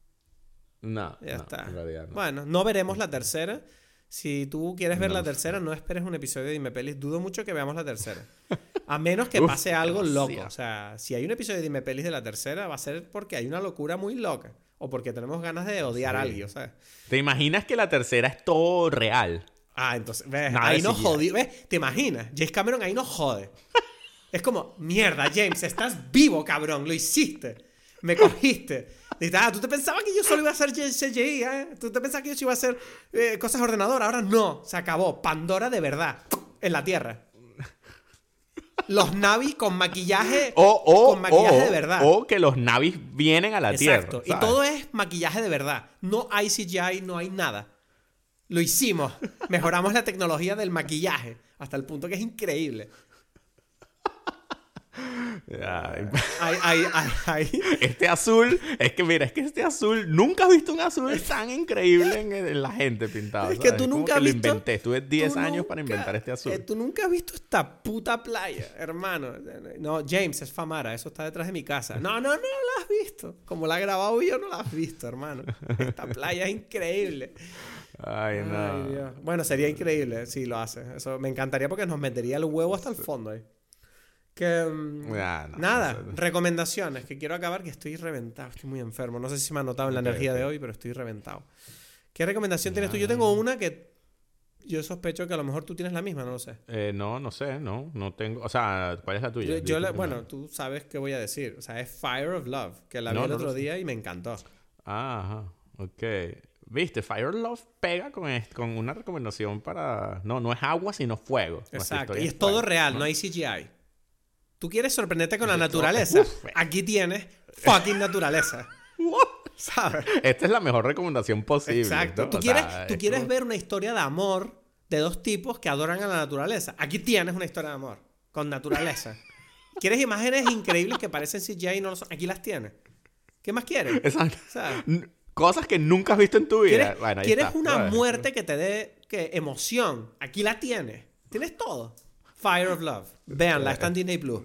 No, ya está. En realidad no. Bueno, no veremos la tercera. Si tú quieres ver la tercera, no esperes un episodio de Dime Pelis. Dudo mucho que veamos la tercera. A menos que pase algo demasiado. loco. O sea, si hay un episodio de Dime Pelis de la tercera, va a ser porque hay una locura muy loca. O porque tenemos ganas de odiar a alguien, ¿sabes? ¿Te imaginas que la tercera es todo real? Ah, entonces, ¿ves? Nada Ahí de no CGI. jodí. ¿Ves? ¿Te imaginas? James Cameron ahí no jode. Es como, mierda, James, estás vivo, cabrón. Lo hiciste. Me cogiste. Dijiste, tú te pensabas que yo solo iba a hacer CGI, ¿eh? Tú te pensabas que yo solo iba a hacer cosas de ordenador. Ahora no. Se acabó. Pandora de verdad. En la Tierra. Los Navi con maquillaje. Con maquillaje de verdad. O que los navis vienen a la Exacto. Tierra. Y todo es maquillaje de verdad. No hay CGI, no hay nada. Lo hicimos. Mejoramos la tecnología del maquillaje. Hasta el punto que es increíble. Este azul, es que este azul, nunca has visto un azul tan increíble en la gente pintado. Es que tú nunca has lo visto. inventé. Tuve 10 años para inventar este azul. Tú nunca has visto esta puta playa, hermano. No, James, es Famara, eso está detrás de mi casa. No la has visto. Como la he grabado yo, no la has visto, hermano. Esta playa es increíble. Ay, no. Ay, Dios. Bueno, sería increíble si lo hace. Eso me encantaría porque nos metería el huevo hasta el fondo ahí. Que nada, recomendaciones, que quiero acabar, que estoy reventado, estoy muy enfermo. No sé si se me ha notado en la energía de hoy, pero estoy reventado. ¿Qué recomendación tienes tú? Yo tengo una que yo sospecho que a lo mejor tú tienes la misma, no lo sé. No sé, no tengo. O sea, ¿cuál es la tuya? Bueno, tú sabes qué voy a decir. O sea, es Fire of Love, que la vi el otro día y me encantó. Ajá, ok. Viste, Fire of Love pega con una recomendación para... No es agua, sino fuego. Exacto, y es todo real, no hay CGI. ¿Tú quieres sorprenderte con la naturaleza? Aquí tienes fucking naturaleza. ¿Sabes? Esta es la mejor recomendación posible. Exacto. ¿no? Tú quieres ver una historia de amor de dos tipos que adoran a la naturaleza. Aquí tienes una historia de amor con naturaleza. ¿Quieres imágenes increíbles que parecen CGI y no lo son? Aquí las tienes. ¿Qué más quieres? Exacto. ¿Sabes? Cosas que nunca has visto en tu vida. ¿Quieres una muerte que te dé emoción? Aquí la tienes. Tienes todo. Fire of Love. Véanla, está en Disney Plus.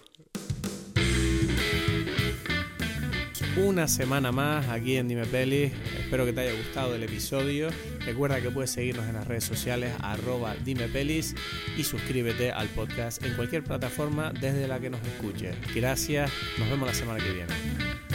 Una semana más aquí en Dime Pelis. Espero que te haya gustado el episodio. Recuerda que puedes seguirnos en las redes sociales @DimePelis y suscríbete al podcast en cualquier plataforma desde la que nos escuches. Gracias. Nos vemos la semana que viene.